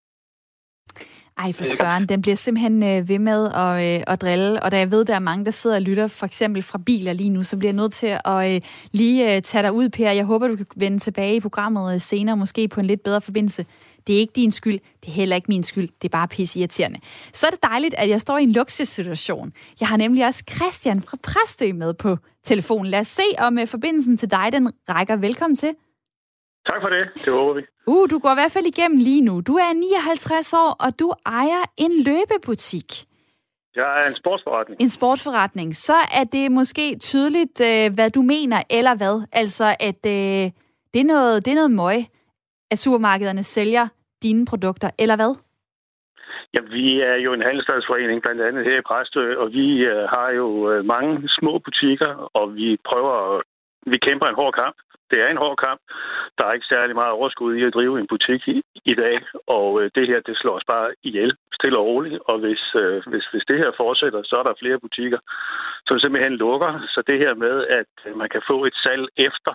Ej, for søren, den bliver simpelthen øh, ved med at, øh, at drille, og da jeg ved, der er mange, der sidder og lytter, for eksempel fra biler lige nu, så bliver jeg nødt til at øh, lige øh, tage dig ud, Per. Jeg håber, du kan vende tilbage i programmet øh, senere, måske på en lidt bedre forbindelse. Det er ikke din skyld, det er heller ikke min skyld, det er bare pisseirriterende. Så er det dejligt, at jeg står i en luksussituation. Jeg har nemlig også Christian fra Præstø med på telefonen. Lad os se, om øh, forbindelsen til dig, den rækker. Velkommen til. Tak for det, det håber vi. Uh, du går i hvert fald igennem lige nu. Du er nioghalvtreds år, og du ejer en løbebutik. Jeg er en sportsforretning. En sportsforretning. Så er det måske tydeligt, øh, hvad du mener, eller hvad? Altså, at øh, det, er noget, det er noget møg, at supermarkederne sælger dine produkter, eller hvad? Ja, vi er jo en handelsstandsforening, blandt andet her i Præstø, og vi øh, har jo øh, mange små butikker, og vi prøver, vi kæmper en hård kamp. Det er en hård kamp. Der er ikke særlig meget overskud i at drive en butik i, i dag, og øh, det her, det slår os bare ihjel, stille og roligt. Og hvis, øh, hvis, hvis det her fortsætter, så er der flere butikker, som simpelthen lukker. Så det her med, at man kan få et salg efter,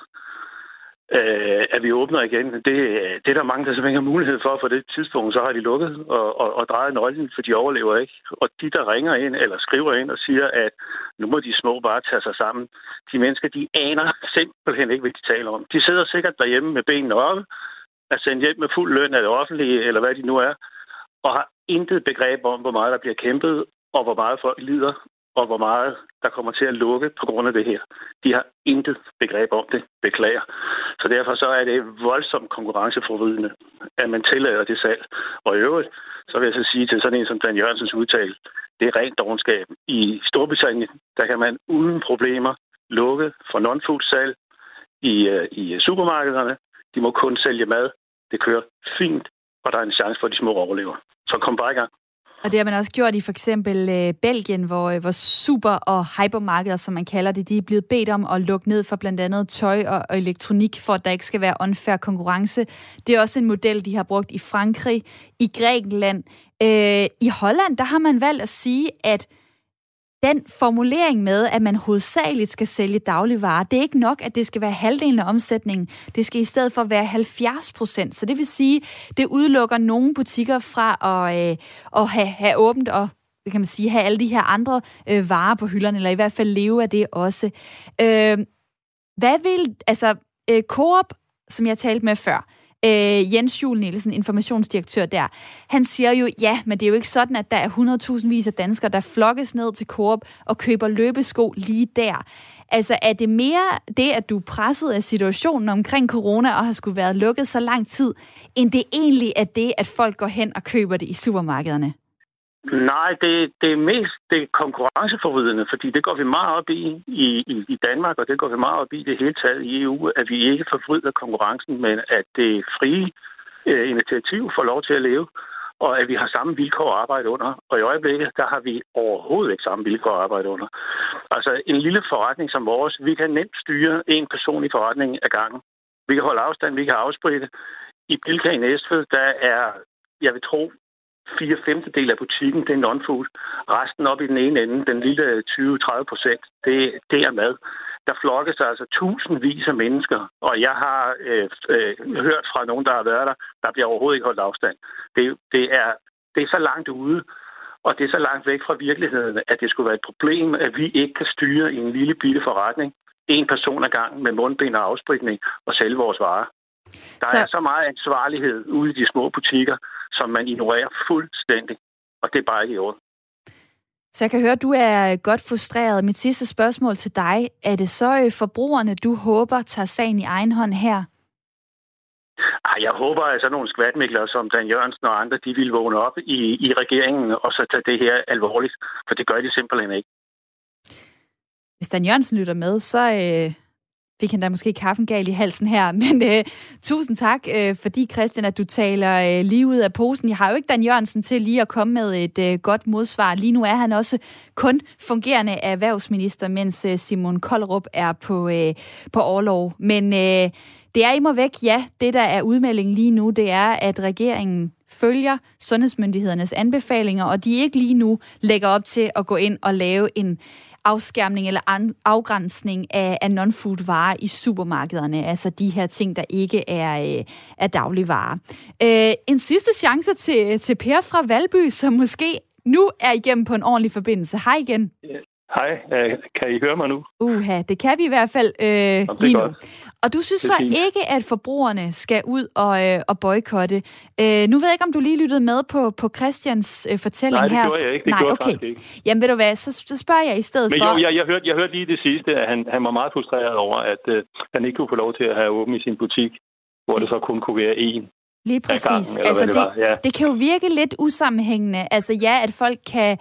øh, at vi åbner igen, det, det er der mange, der simpelthen har mulighed for. For det tidspunkt, så har de lukket og, og, og drejet nøglen, for de overlever ikke. Og de, der ringer ind eller skriver ind og siger, at nu må de små bare tage sig sammen. De mennesker, de aner simpelthen ikke, hvad de taler om. De sidder sikkert derhjemme med benene oppe, er sendt hjem med fuld løn af det offentlige, eller hvad de nu er, og har intet begreb om, hvor meget der bliver kæmpet, og hvor meget folk lider, og hvor meget der kommer til at lukke på grund af det her. De har intet begreb om det, beklager. Så derfor så er det voldsomt konkurrenceforvridende, at man tillader det salg. Og i øvrigt, så vil jeg så sige til sådan en som Dan Jørgensens udtale, det er rent dovenskab. I Storbritannien, der kan man uden problemer lukke for non-food salg i, i supermarkederne. De må kun sælge mad. Det kører fint, og der er en chance for, at de små overlever. Så kom bare i gang. Og det har man også gjort i for eksempel øh, Belgien, hvor, øh, hvor super- og hypermarkeder, som man kalder det, de er blevet bedt om at lukke ned for blandt andet tøj og, og elektronik, for at der ikke skal være unfair konkurrence. Det er også en model, de har brugt i Frankrig, i Grækenland. Øh, I Holland, der har man valgt at sige, at den formulering med, at man hovedsageligt skal sælge dagligvarer, det er ikke nok, at det skal være halvdelen af omsætningen. Det skal i stedet for være halvfjerds procent. Så det vil sige, det udelukker nogle butikker fra at, øh, at have, have åbent og kan man sige, have alle de her andre øh, varer på hylderne, eller i hvert fald leve af det også. Øh, hvad vil, altså, øh, Coop, som jeg talte med før, Øh, Jens Juel Nielsen, informationsdirektør der, han siger jo, ja, men det er jo ikke sådan, at der er hundredtusindvis af danskere, der flokkes ned til Coop og køber løbesko lige der. Altså, er det mere det, at du er presset af situationen omkring corona og har skulle været lukket så lang tid, end det egentlig er det, at folk går hen og køber det i supermarkederne? Nej, det, det er mest det er konkurrenceforvridende, fordi det går vi meget op i, i i Danmark, og det går vi meget op i det hele taget i E U, at vi ikke forvrider konkurrencen, men at det frie øh, initiativ får lov til at leve, og at vi har samme vilkår at arbejde under. Og i øjeblikket, der har vi overhovedet ikke samme vilkår at arbejde under. Altså en lille forretning som vores, vi kan nemt styre en person i forretningen ad gangen. Vi kan holde afstand, vi kan afspritte. I Bilka i Næstved, der er, jeg vil tro, fire femtedel af butikken, det er non-food. Resten op i den ene ende, den lille tyve til tredive procent, det, det er mad. Der flokkes altså tusindvis af mennesker, og jeg har øh, øh, hørt fra nogen, der har været der, der bliver overhovedet ikke holdt afstand. Det, det, er, det er så langt ude, og det er så langt væk fra virkeligheden, at det skulle være et problem, at vi ikke kan styre i en lille bitte forretning, en person ad gangen med mundbind og afspritning og sælge vores varer. Der så... er så meget ansvarlighed ude i de små butikker, som man ignorerer fuldstændig, og det er bare ikke i orden. Så jeg kan høre, at du er godt frustreret. Mit sidste spørgsmål til dig, er det så forbrugerne, du håber tager sagen i egen hånd her? Jeg håber, at sådan nogle skvatmikler som Dan Jørgensen og andre, de vil vågne op i, i regeringen og så tage det her alvorligt, for det gør de simpelthen ikke. Hvis Dan Jørgensen lytter med, så... Øh fik han da måske kaffen gal i halsen her, men øh, tusind tak, øh, fordi Christian, at du taler øh, lige ud af posen. Jeg har jo ikke Dan Jørgensen til lige at komme med et øh, godt modsvar. Lige nu er han også kun fungerende erhvervsminister, mens øh, Simon Kollerup er på, øh, på orlov. Men øh, det er immer væk, ja. Det, der er udmeldingen lige nu, det er, at regeringen følger sundhedsmyndighedernes anbefalinger, og de ikke lige nu lægger op til at gå ind og lave en afskærmning eller an- afgrænsning af, af non-food varer i supermarkederne, altså de her ting, der ikke er, øh, er dagligvarer. Øh, en sidste chance til, til Per fra Valby, som måske nu er igennem på en ordentlig forbindelse. Hej igen. Hej, kan I høre mig nu? Uha, det kan vi i hvert fald øh, lige nu. Og du synes så ikke, at forbrugerne skal ud og, øh, og boykotte. Øh, nu ved jeg ikke, om du lige lyttede med på, på Christians øh, fortælling her. Nej, det gjorde jeg ikke. Det Nej, gjorde okay. faktisk ikke. Jamen ved du hvad, så, så spørger jeg i stedet Men for... Men jo, jeg, jeg, hørte, jeg hørte lige det sidste, at han, han var meget frustreret over, at øh, han ikke kunne få lov til at have åben i sin butik, hvor det så kun kunne være én. Lige præcis. Gangen, altså, det, det, ja. det kan jo virke lidt usammenhængende. Altså ja, at folk kan...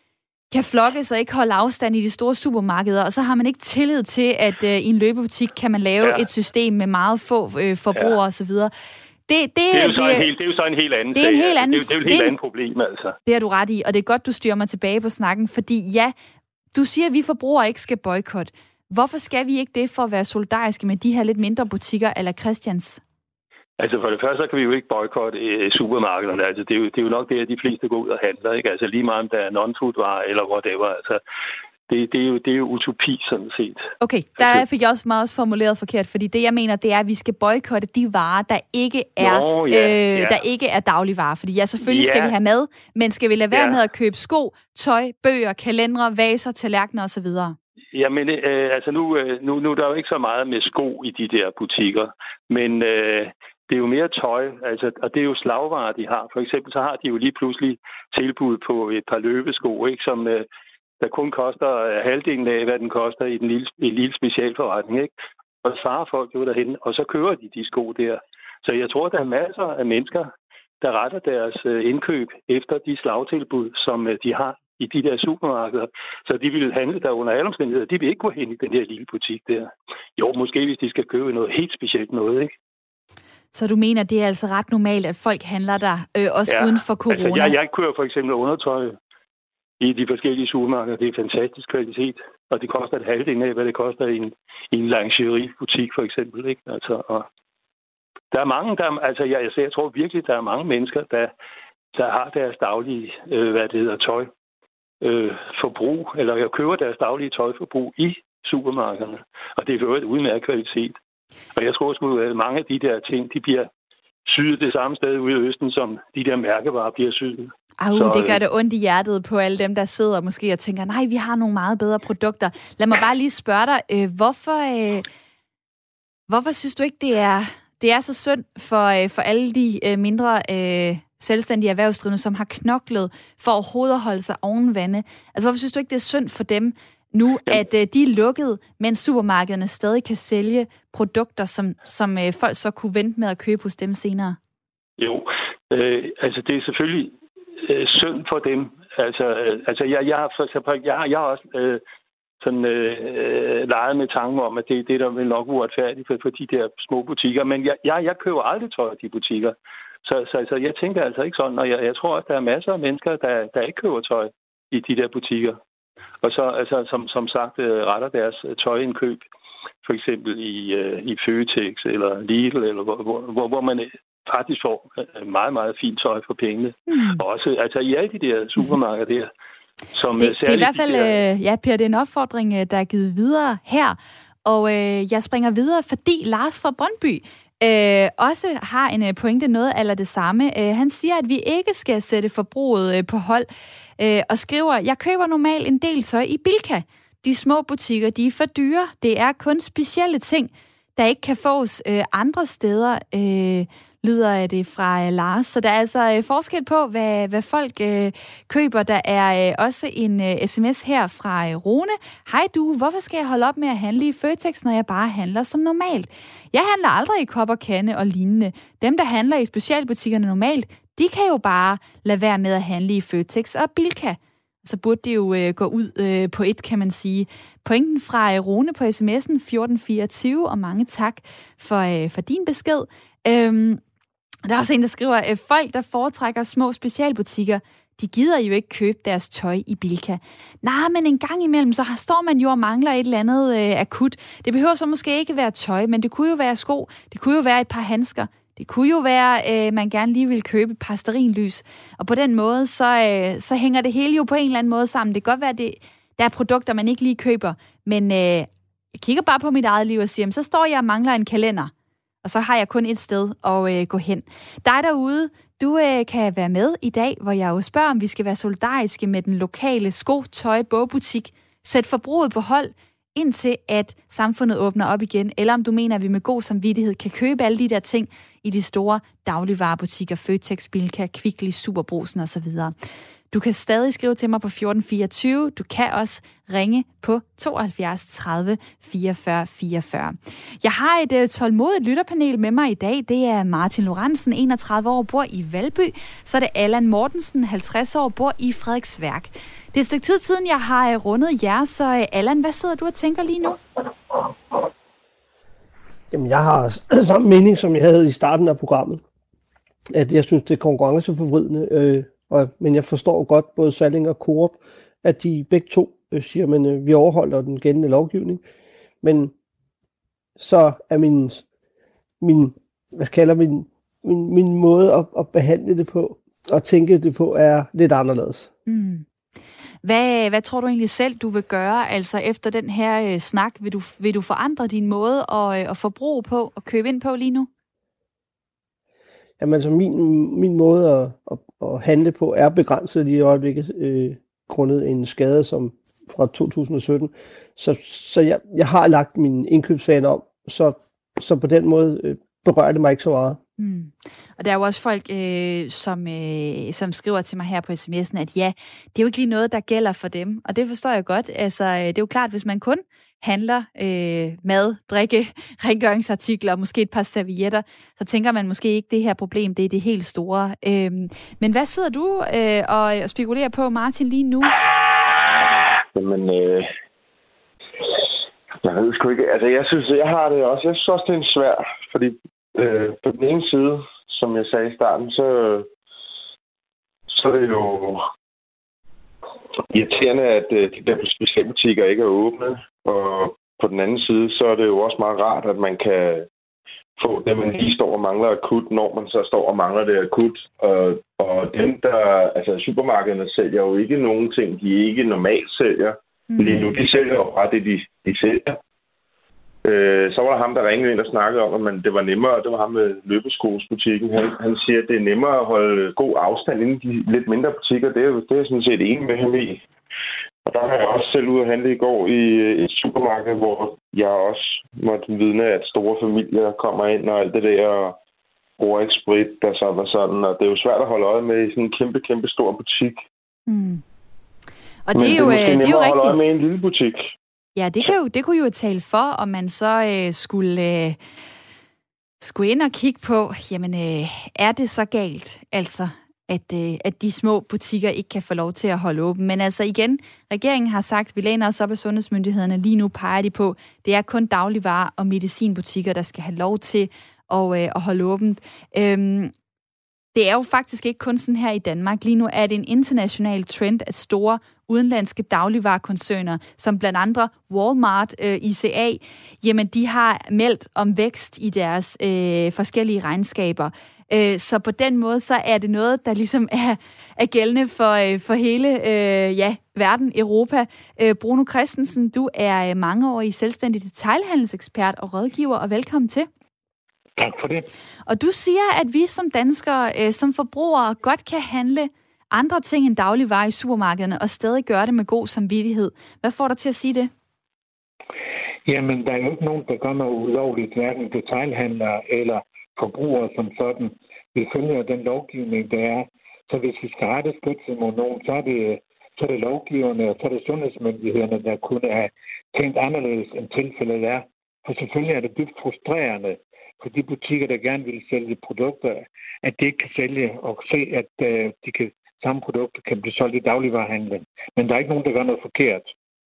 kan flokkes og ikke holde afstand i de store supermarkeder, og så har man ikke tillid til, at øh, i en løbebutik kan man lave ja. et system med meget få øh, forbrugere ja. osv. Det, det, det, er jo bliver, så en helt, det er jo så en helt anden det er en sag. helt anden, det, er, det er jo et helt andet problem, altså. Det har du ret i, og det er godt, du styrer mig tilbage på snakken, fordi ja, du siger, at vi forbrugere ikke skal boykotte. Hvorfor skal vi ikke det for at være solidariske med de her lidt mindre butikker eller Christians? Altså for det første, så kan vi jo ikke boykotte øh, supermarkederne. Altså det er, jo, det er jo nok det, at de fleste går ud og handler, ikke? Altså lige meget om der er non-food-varer eller whatever. Altså det, det, er jo, det er jo utopi sådan set. Okay, der fik jeg også meget også formuleret forkert, fordi det jeg mener, det er, at vi skal boykotte de varer, der ikke er, Nå, ja, øh, ja. der ikke er dagligvarer. Fordi ja, selvfølgelig ja. skal vi have mad, men skal vi lade være ja. med at købe sko, tøj, bøger, kalendere, vaser, tallerkener osv.? Jamen, øh, altså nu, nu, nu er der jo ikke så meget med sko i de der butikker, men... Øh, det er jo mere tøj, altså, og det er jo slagvarer, de har. For eksempel så har de jo lige pludselig tilbud på et par løbesko, ikke, som øh, der kun koster halvdelen af, hvad den koster i den lille, en lille specialforretning. Ikke? Og så farer folk jo derhen, og så kører de de sko der. Så jeg tror, der er masser af mennesker, der retter deres øh, indkøb efter de slagtilbud, som øh, de har i de der supermarkeder. Så de vil handle der under alle omstændigheder. De vil ikke gå hen i den der lille butik der. Jo, måske hvis de skal købe noget helt specielt noget, ikke? Så du mener, det er altså ret normalt, at folk handler der, øh, også ja. uden for corona? Altså, jeg, jeg kører for eksempel undertøj i de forskellige supermarkeder. Det er fantastisk kvalitet, og det koster et halvdelen af, hvad det koster i en, i en lingeriebutik for eksempel. Ikke? Altså, og der er mange, der, altså jeg, jeg, jeg tror virkelig, der er mange mennesker, der, der har deres daglige, øh, hvad det hedder, tøj øh, forbrug, eller jeg køber deres daglige tøjforbrug i supermarkederne, og det er jo et udmærket kvalitet. Og jeg tror sgu, at mange af de der ting, de bliver syet det samme sted ude i Østen, som de der mærkevarer bliver syet. Au, så, det gør det ondt i hjertet på alle dem, der sidder måske og tænker, nej, vi har nogle meget bedre produkter. Lad mig bare lige spørge dig, øh, hvorfor, øh, hvorfor synes du ikke, det er, det er så synd for, øh, for alle de øh, mindre øh, selvstændige erhvervsdrivende, som har knoklet for overhovedet at holde sig oven vande? Altså, hvorfor synes du ikke, det er synd for dem, nu, at øh, de er lukket, mens supermarkederne stadig kan sælge produkter, som, som øh, folk så kunne vente med at købe hos dem senere? Jo, øh, altså det er selvfølgelig øh, synd for dem. Altså, øh, altså jeg, jeg, har, for, jeg, har, jeg har også øh, sådan øh, leget med tanken om, at det, det der vil nok uretfærdigt for, for de der små butikker. Men jeg, jeg, jeg køber aldrig tøj i de butikker. Så, så, så jeg tænker altså ikke sådan, og jeg, jeg tror, at der er masser af mennesker, der, der ikke køber tøj i de der butikker. Og så, altså, som, som sagt, retter deres tøjindkøb, for eksempel i, uh, i Føtex eller Lidl, eller hvor, hvor, hvor man faktisk får meget, meget fint tøj for pengene. Mm. Og også altså, i alle de der supermarkeder der. Som det, det er i hvert fald, der... ja, Per, det er en opfordring, der er givet videre her. Og øh, jeg springer videre, fordi Lars fra Brøndby øh, også har en pointe noget eller det samme. Øh, han siger, at vi ikke skal sætte forbruget øh, på hold, øh, og skriver, jeg køber normalt en del tøj i Bilka. De små butikker, de er for dyre. Det er kun specielle ting, der ikke kan fås øh, andre steder, øh, lyder det fra øh, Lars. Så der er altså øh, forskel på, hvad, hvad folk øh, køber. Der er øh, også en øh, sms her fra øh, Rune. Hej du, hvorfor skal jeg holde op med at handle i Føtex, når jeg bare handler som normalt? Jeg handler aldrig i kop og kande og lignende. Dem, der handler i specialbutikkerne normalt, de kan jo bare lade være med at handle i Føtex og Bilka. Så burde det jo øh, gå ud øh, på et, kan man sige. Pointen fra øh, Rune på sms'en fjorten fireogtyve, og mange tak for, øh, for din besked. Øhm, der er også en, der skriver, at øh, folk, der foretrækker små specialbutikker, de gider jo ikke købe deres tøj i Bilka. Nej, men en gang imellem, så står man jo og mangler et eller andet øh, akut. Det behøver så måske ikke være tøj, men det kunne jo være sko, det kunne jo være et par handsker. Det kunne jo være, at øh, man gerne lige vil købe et par stearinlys. Og på den måde, så, øh, så hænger det hele jo på en eller anden måde sammen. Det kan godt være, at det, der er produkter, man ikke lige køber. Men øh, jeg kigger bare på mit eget liv og siger, jamen, så står jeg og mangler en kalender. Og så har jeg kun et sted at øh, gå hen. Dig derude, du øh, kan være med i dag, hvor jeg jo spørger, om vi skal være solidariske med den lokale sko-, tøj-, bogbutik. Sæt forbruget på hold, indtil at samfundet åbner op igen, eller om du mener, at vi med god samvittighed kan købe alle de der ting i de store dagligvarebutikker, Føtex, Bilka, Kvickly, Superbrugsen osv. Du kan stadig skrive til mig på fjorten fireogtyve. Du kan også ringe på tooghalvfjerds tredive fireogfyrre fireogfyrre. Jeg har et uh, tålmodigt lytterpanel med mig i dag. Det er Martin Lorentzen, enogtredive år, bor i Valby. Så er det Allan Mortensen, halvtreds år, bor i Frederiksværk. Det er et stykke tid siden, jeg har uh, rundet jer, så uh, Allan, hvad sidder du og tænker lige nu? Jamen, jeg har samme mening, som jeg havde i starten af programmet. At jeg synes, det er konkurrenceforvridende. Øh, og, men jeg forstår godt både Salling og Coop, at de begge to øh, siger, at øh, vi overholder den gældende lovgivning. Men så er min, min hvad skal jeg kalde, min, min, min måde at, at behandle det på, og tænke det på, er lidt anderledes. Mm. Hvad, hvad tror du egentlig selv, du vil gøre, altså efter den her øh, snak? Vil du, vil du forandre din måde at, øh, at forbruge på og købe ind på lige nu? Jamen altså, min, min måde at, at, at handle på er begrænset lige i øjeblikket, øh, grundet en skade som fra to tusind og sytten. Så, så jeg, jeg har lagt min indkøbsvane om, så, så på den måde øh, berører det mig ikke så meget. Mm. Og der er jo også folk, øh, som, øh, som skriver til mig her på sms'en, at ja, det er jo ikke lige noget, der gælder for dem. Og det forstår jeg godt. Altså, øh, det er jo klart, hvis man kun handler øh, mad, drikke, rengøringsartikler og måske et par servietter, så tænker man måske ikke, det her problem, det er det helt store. Øh, men hvad sidder du øh, og, og spekulerer på, Martin, lige nu? Jamen, øh, jeg ved sgu ikke. Altså, jeg synes, jeg har det også. Jeg synes også, det er en svær, fordi Øh, på den ene side, som jeg sagde i starten, så, så er det jo irriterende, at øh, de der specialbutikker ikke er åbne. Og på den anden side, så er det jo også meget rart, at man kan få det, man lige står og mangler akut, når man så står og mangler det akut. Og, og dem, der, altså supermarkederne sælger jo ikke nogen ting, de ikke normalt sælger. Mm. Lige nu, de sælger jo bare det, de, de sælger. Øh, så var der ham, der ringede ind og snakkede om, at man, det var nemmere, det var ham med løbeskosbutikken. Han, han siger, at det er nemmere at holde god afstand inden de lidt mindre butikker. Det er, det er jeg sådan set enig med ham i. Og der har jeg også selv ude at handle i går i et supermarked, hvor jeg også måtte vidne, at store familier kommer ind og alt det der og bruger ikke sprit og sådan og sådan. Og det er jo svært at holde øje med i sådan en kæmpe, kæmpe stor butik. Mm. Og det er, jo, det er, det er jo rigtigt. At holde rigtigt. øje med en lille butik. Ja, det, kan jo, det kunne jo tale for, om man så øh, skulle, øh, skulle ind og kigge på, jamen, øh, er det så galt, altså, at, øh, at de små butikker ikke kan få lov til at holde åben. Men altså igen, regeringen har sagt, vi læner os op af sundhedsmyndighederne, lige nu peger de på, det er kun dagligvarer og medicinbutikker, der skal have lov til at, øh, at holde åbent. Øhm, Det er jo faktisk ikke kun sådan her i Danmark. Lige nu er det en international trend, at store udenlandske dagligvarekoncerner, som blandt andre Walmart, øh, I C A, jamen de har meldt om vækst i deres øh, forskellige regnskaber. Øh, så på den måde, så er det noget, der ligesom er, er gældende for, øh, for hele øh, ja, verden, Europa. Øh, Bruno Christensen, du er mangeårig selvstændig detailhandelsekspert og rådgiver, og velkommen til. Tak for det. Og du siger, at vi som danskere, øh, som forbrugere, godt kan handle andre ting end dagligvarer i supermarkederne, og stadig gøre det med god samvittighed. Hvad får dig til at sige det? Jamen, der er jo ikke nogen, der gør noget ulovligt, hverken detailhandlere eller forbrugere som sådan. Vi følger den lovgivning, der er. Så hvis vi skal rette spidsen mod nogen, så er det, så er det lovgiverne, og så er det sundhedsmyndighederne, der kunne have tænkt anderledes, end tilfældet er. For selvfølgelig er det dybt frustrerende for de butikker, der gerne vil sælge produkter, at de ikke kan sælge og se, at uh, de kan samme produkter kan blive solgt i dagligvarehandlen. Men der er ikke nogen, der gør noget forkert.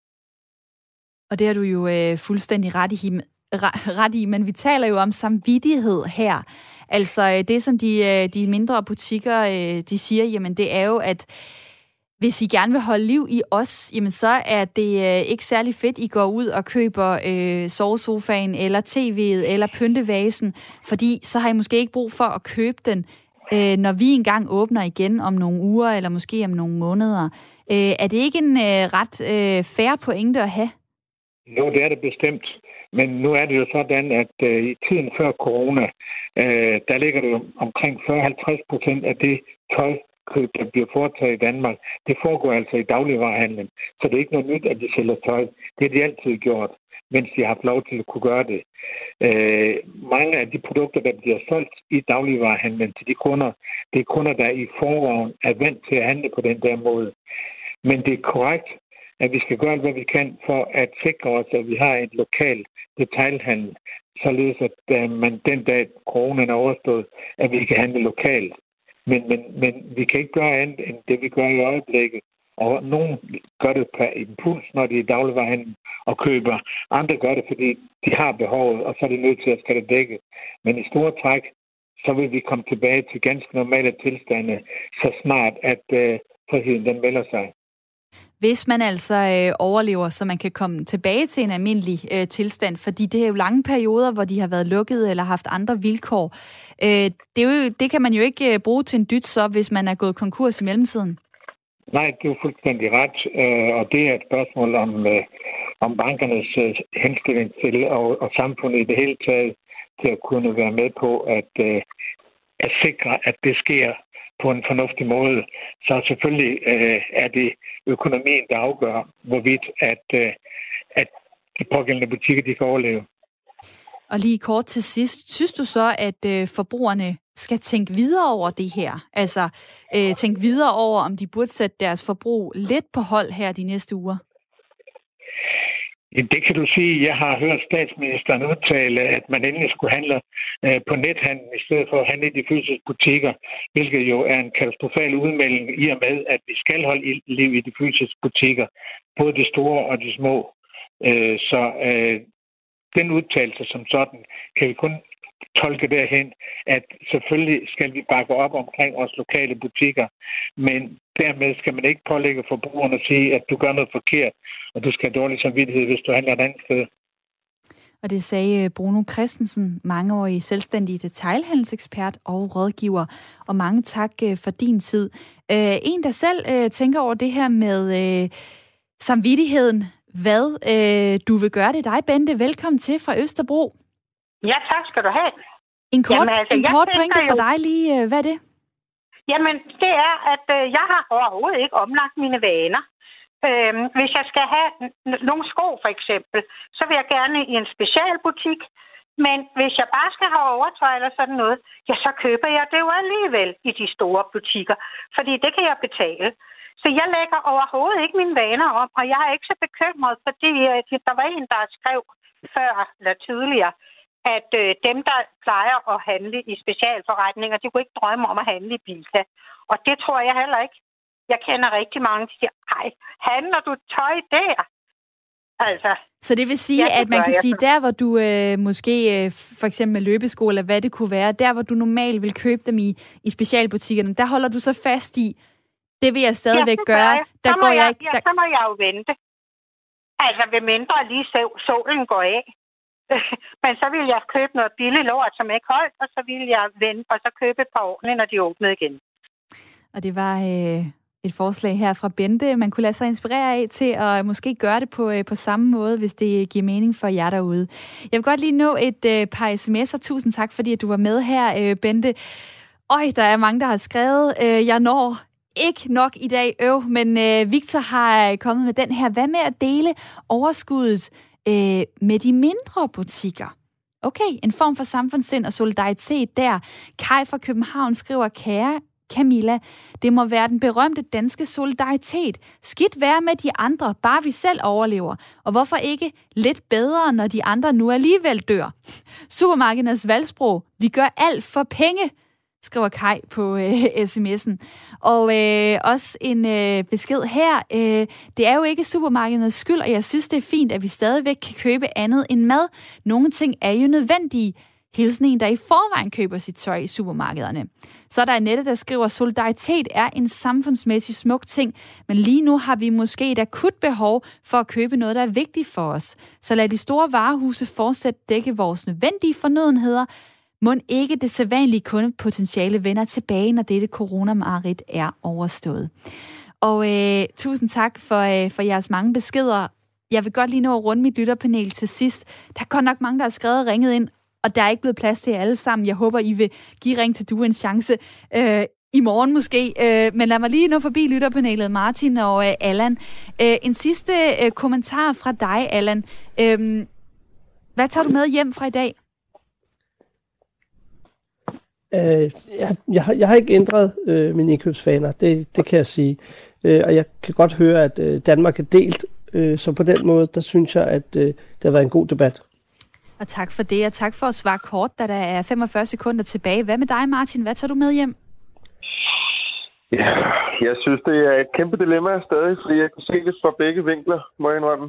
Og det har du jo øh, fuldstændig ret i, ret i, men vi taler jo om samvittighed her. Altså det, som de, de mindre butikker, de siger, jamen det er jo, at hvis I gerne vil holde liv i os, jamen så er det ikke særlig fedt, I går ud og køber øh, sovesofaen, eller tv'et, eller pyntevasen, fordi så har I måske ikke brug for at købe den, øh, når vi engang åbner igen om nogle uger, eller måske om nogle måneder. Øh, er det ikke en øh, ret øh, fair pointe at have? Jo, det er det bestemt. Men nu er det jo sådan, at øh, i tiden før corona, øh, der ligger det jo omkring fyrre til halvtreds procent af det tøjkøb, der bliver foretaget i Danmark. Det foregår altså i dagligvarehandlen. Så det er ikke noget nyt, at de sælger tøj. Det har de altid gjort, mens de har haft lov til at kunne gøre det. Øh, mange af de produkter, der bliver solgt i dagligvarehandlen til de kunder, det er kunder, der i forvejen er vant til at handle på den der måde. Men det er korrekt, at vi skal gøre alt, hvad vi kan for at sikre os, at vi har et lokalt detailhandel, således at uh, man den dag coronaen er overstået, at vi kan handle lokalt. Men, men, men vi kan ikke gøre andet end det, vi gør i øjeblikket. Og nogen gør det per impuls, når de er i dagligvarehandlen og køber. Andre gør det, fordi de har behovet, og så er de nødt til at skal det dække. Men i store træk, så vil vi komme tilbage til ganske normale tilstande, så snart at uh, friheden den melder sig. Hvis man altså øh, overlever, så man kan komme tilbage til en almindelig øh, tilstand, fordi det er jo lange perioder, hvor de har været lukket eller haft andre vilkår. Øh, det, er jo, det kan man jo ikke øh, bruge til en dyt så, hvis man er gået konkurs i mellemtiden. Nej, det er jo fuldstændig ret, øh, og det er et spørgsmål om, øh, om bankernes øh, henstilling til og, og samfundet i det hele taget til at kunne være med på at, øh, at sikre, at det sker på en fornuftig måde. Så selvfølgelig øh, er det økonomien, der afgør, hvorvidt at, øh, at de pågældende butikker de kan overleve. Og lige kort til sidst, synes du så, at øh, forbrugerne skal tænke videre over det her? Altså øh, tænke videre over, om de burde sætte deres forbrug lidt på hold her de næste uger? Det kan du sige. Jeg har hørt statsministeren udtale, at man endelig skulle handle øh, på nethandel i stedet for at handle i de fysiske butikker, hvilket jo er en katastrofal udmelding i og med, at vi skal holde liv i de fysiske butikker, både de store og de små. Øh, så øh, den udtalelse som sådan kan vi kun tolke derhen, at selvfølgelig skal vi bakke op omkring vores lokale butikker, men dermed skal man ikke pålægge forbrugerne at sige, at du gør noget forkert, og du skal have dårlig samvittighed, hvis du handler et andet sted. Og det sagde Bruno Christensen, mangeårig selvstændig detailhandelsekspert og rådgiver. Og mange tak for din tid. En, der selv tænker over det her med samvittigheden. Hvad du vil gøre det dig, Bente. Velkommen til fra Østerbro. Ja, tak skal du have. En kort, Jamen, altså, en kort pointe for dig lige. Hvad er det? Jamen, det er, at øh, jeg har overhovedet ikke omlagt mine vaner. Øhm, hvis jeg skal have n- nogle sko, for eksempel, så vil jeg gerne i en specialbutik. Men hvis jeg bare skal have overtøj eller sådan noget, ja, så køber jeg det jo alligevel i de store butikker. Fordi det kan jeg betale. Så jeg lægger overhovedet ikke mine vaner om, og jeg er ikke så bekymret, fordi øh, der var en, der skrev før eller tidligere, at øh, dem, der plejer at handle i specialforretninger, de kunne ikke drømme om at handle i Bilka. Og det tror jeg heller ikke. Jeg kender rigtig mange, der siger, ej, handler du tøj der? Altså, så det vil sige, ja, at man kan sige, der hvor du øh, måske øh, for eksempel med løbesko, eller hvad det kunne være, der hvor du normalt vil købe dem i, i specialbutikkerne, der holder du så fast i, det vil jeg stadigvæk ja, gøre. Jeg. Der så, går jeg, jeg ikke, der... ja, så må jeg jo vente. Altså, ved mindre lige solen går af. Men så ville jeg købe noget billigt lort, som ikke holdt, og så ville jeg vente, og så købe et par ordentligt, når de åbnede igen. Og det var øh, et forslag her fra Bente, man kunne lade sig inspirere af til at måske gøre det på, øh, på samme måde, hvis det giver mening for jer derude. Jeg vil godt lige nå et øh, par sms'er. Tusind tak, fordi at du var med her, øh, Bente. Øj, der er mange, der har skrevet, øh, jeg når ikke nok i dag, øv, men øh, Victor har kommet med den her. Hvad med at dele overskuddet øh, med de mindre butikker? Okay, en form for samfundssind og solidaritet der. Kai fra København skriver, kære Camilla, det må være den berømte danske solidaritet. Skidt være med de andre, bare vi selv overlever. Og hvorfor ikke lidt bedre, når de andre nu alligevel dør? Supermarkedernes valgsprog, vi gør alt for penge. skriver Kai på øh, sms'en. Og øh, også en øh, besked her. Øh, det er jo ikke supermarkedernes skyld, og jeg synes, det er fint, at vi stadigvæk kan købe andet end mad. Nogle ting er jo nødvendige. Hilsen en, der i forvejen køber sit tøj i supermarkederne. Så er der Annette, der skriver, solidaritet er en samfundsmæssig smuk ting, men lige nu har vi måske et akut behov for at købe noget, der er vigtigt for os. Så lad de store varehuse fortsat dække vores nødvendige fornødenheder. Må ikke det sædvanlige kundepotentiale vender tilbage, når dette coronamarerid er overstået. Og øh, tusind tak for, øh, for jeres mange beskeder. Jeg vil godt lige nå at runde mit lytterpanel til sidst. Der er godt nok mange, der har skrevet og ringet ind, og der er ikke blevet plads til jer alle sammen. Jeg håber, I vil give Ring til Due en chance øh, i morgen måske. Øh, men lad mig lige nå forbi lytterpanelet, Martin og øh, Allan. Øh, en sidste øh, kommentar fra dig, Allan. Øh, hvad tager du med hjem fra i dag? Øh, jeg, jeg, har, jeg har ikke ændret øh, mine indkøbsvaner, det, det kan jeg sige. Øh, og jeg kan godt høre, at øh, Danmark er delt. Øh, så på den måde, der synes jeg, at øh, det har været en god debat. Og tak for det, og tak for at svare kort, da der er femogfyrre sekunder tilbage. Hvad med dig, Martin? Hvad tager du med hjem? Ja, jeg synes, det er et kæmpe dilemma stadig, fordi jeg kan se det fra begge vinkler, må jeg indrømme.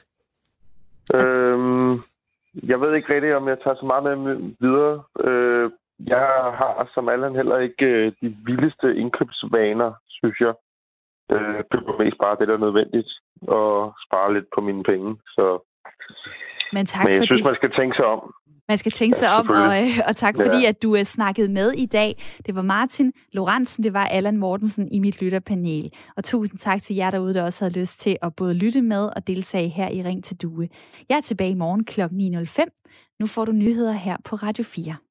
Øhm, jeg ved ikke rigtig, om jeg tager så meget med videre. Øh, jeg har som Allan heller ikke de vildeste indkøbsvaner, synes jeg. Øh, køber mest bare det, der er nødvendigt, og spare lidt på mine penge, så... Men, tak Men jeg fordi... synes, man skal tænke sig om. Man skal tænke sig ja, om, og, og tak fordi, ja. at du uh, snakkede med i dag. Det var Martin Lorentzen, det var Allan Mortensen i mit lytterpanel. Og tusind tak til jer derude, der også havde lyst til at både lytte med og deltage her i Ring til Due. Jeg er tilbage i morgen klokken ni nul fem. Nu får du nyheder her på Radio fire.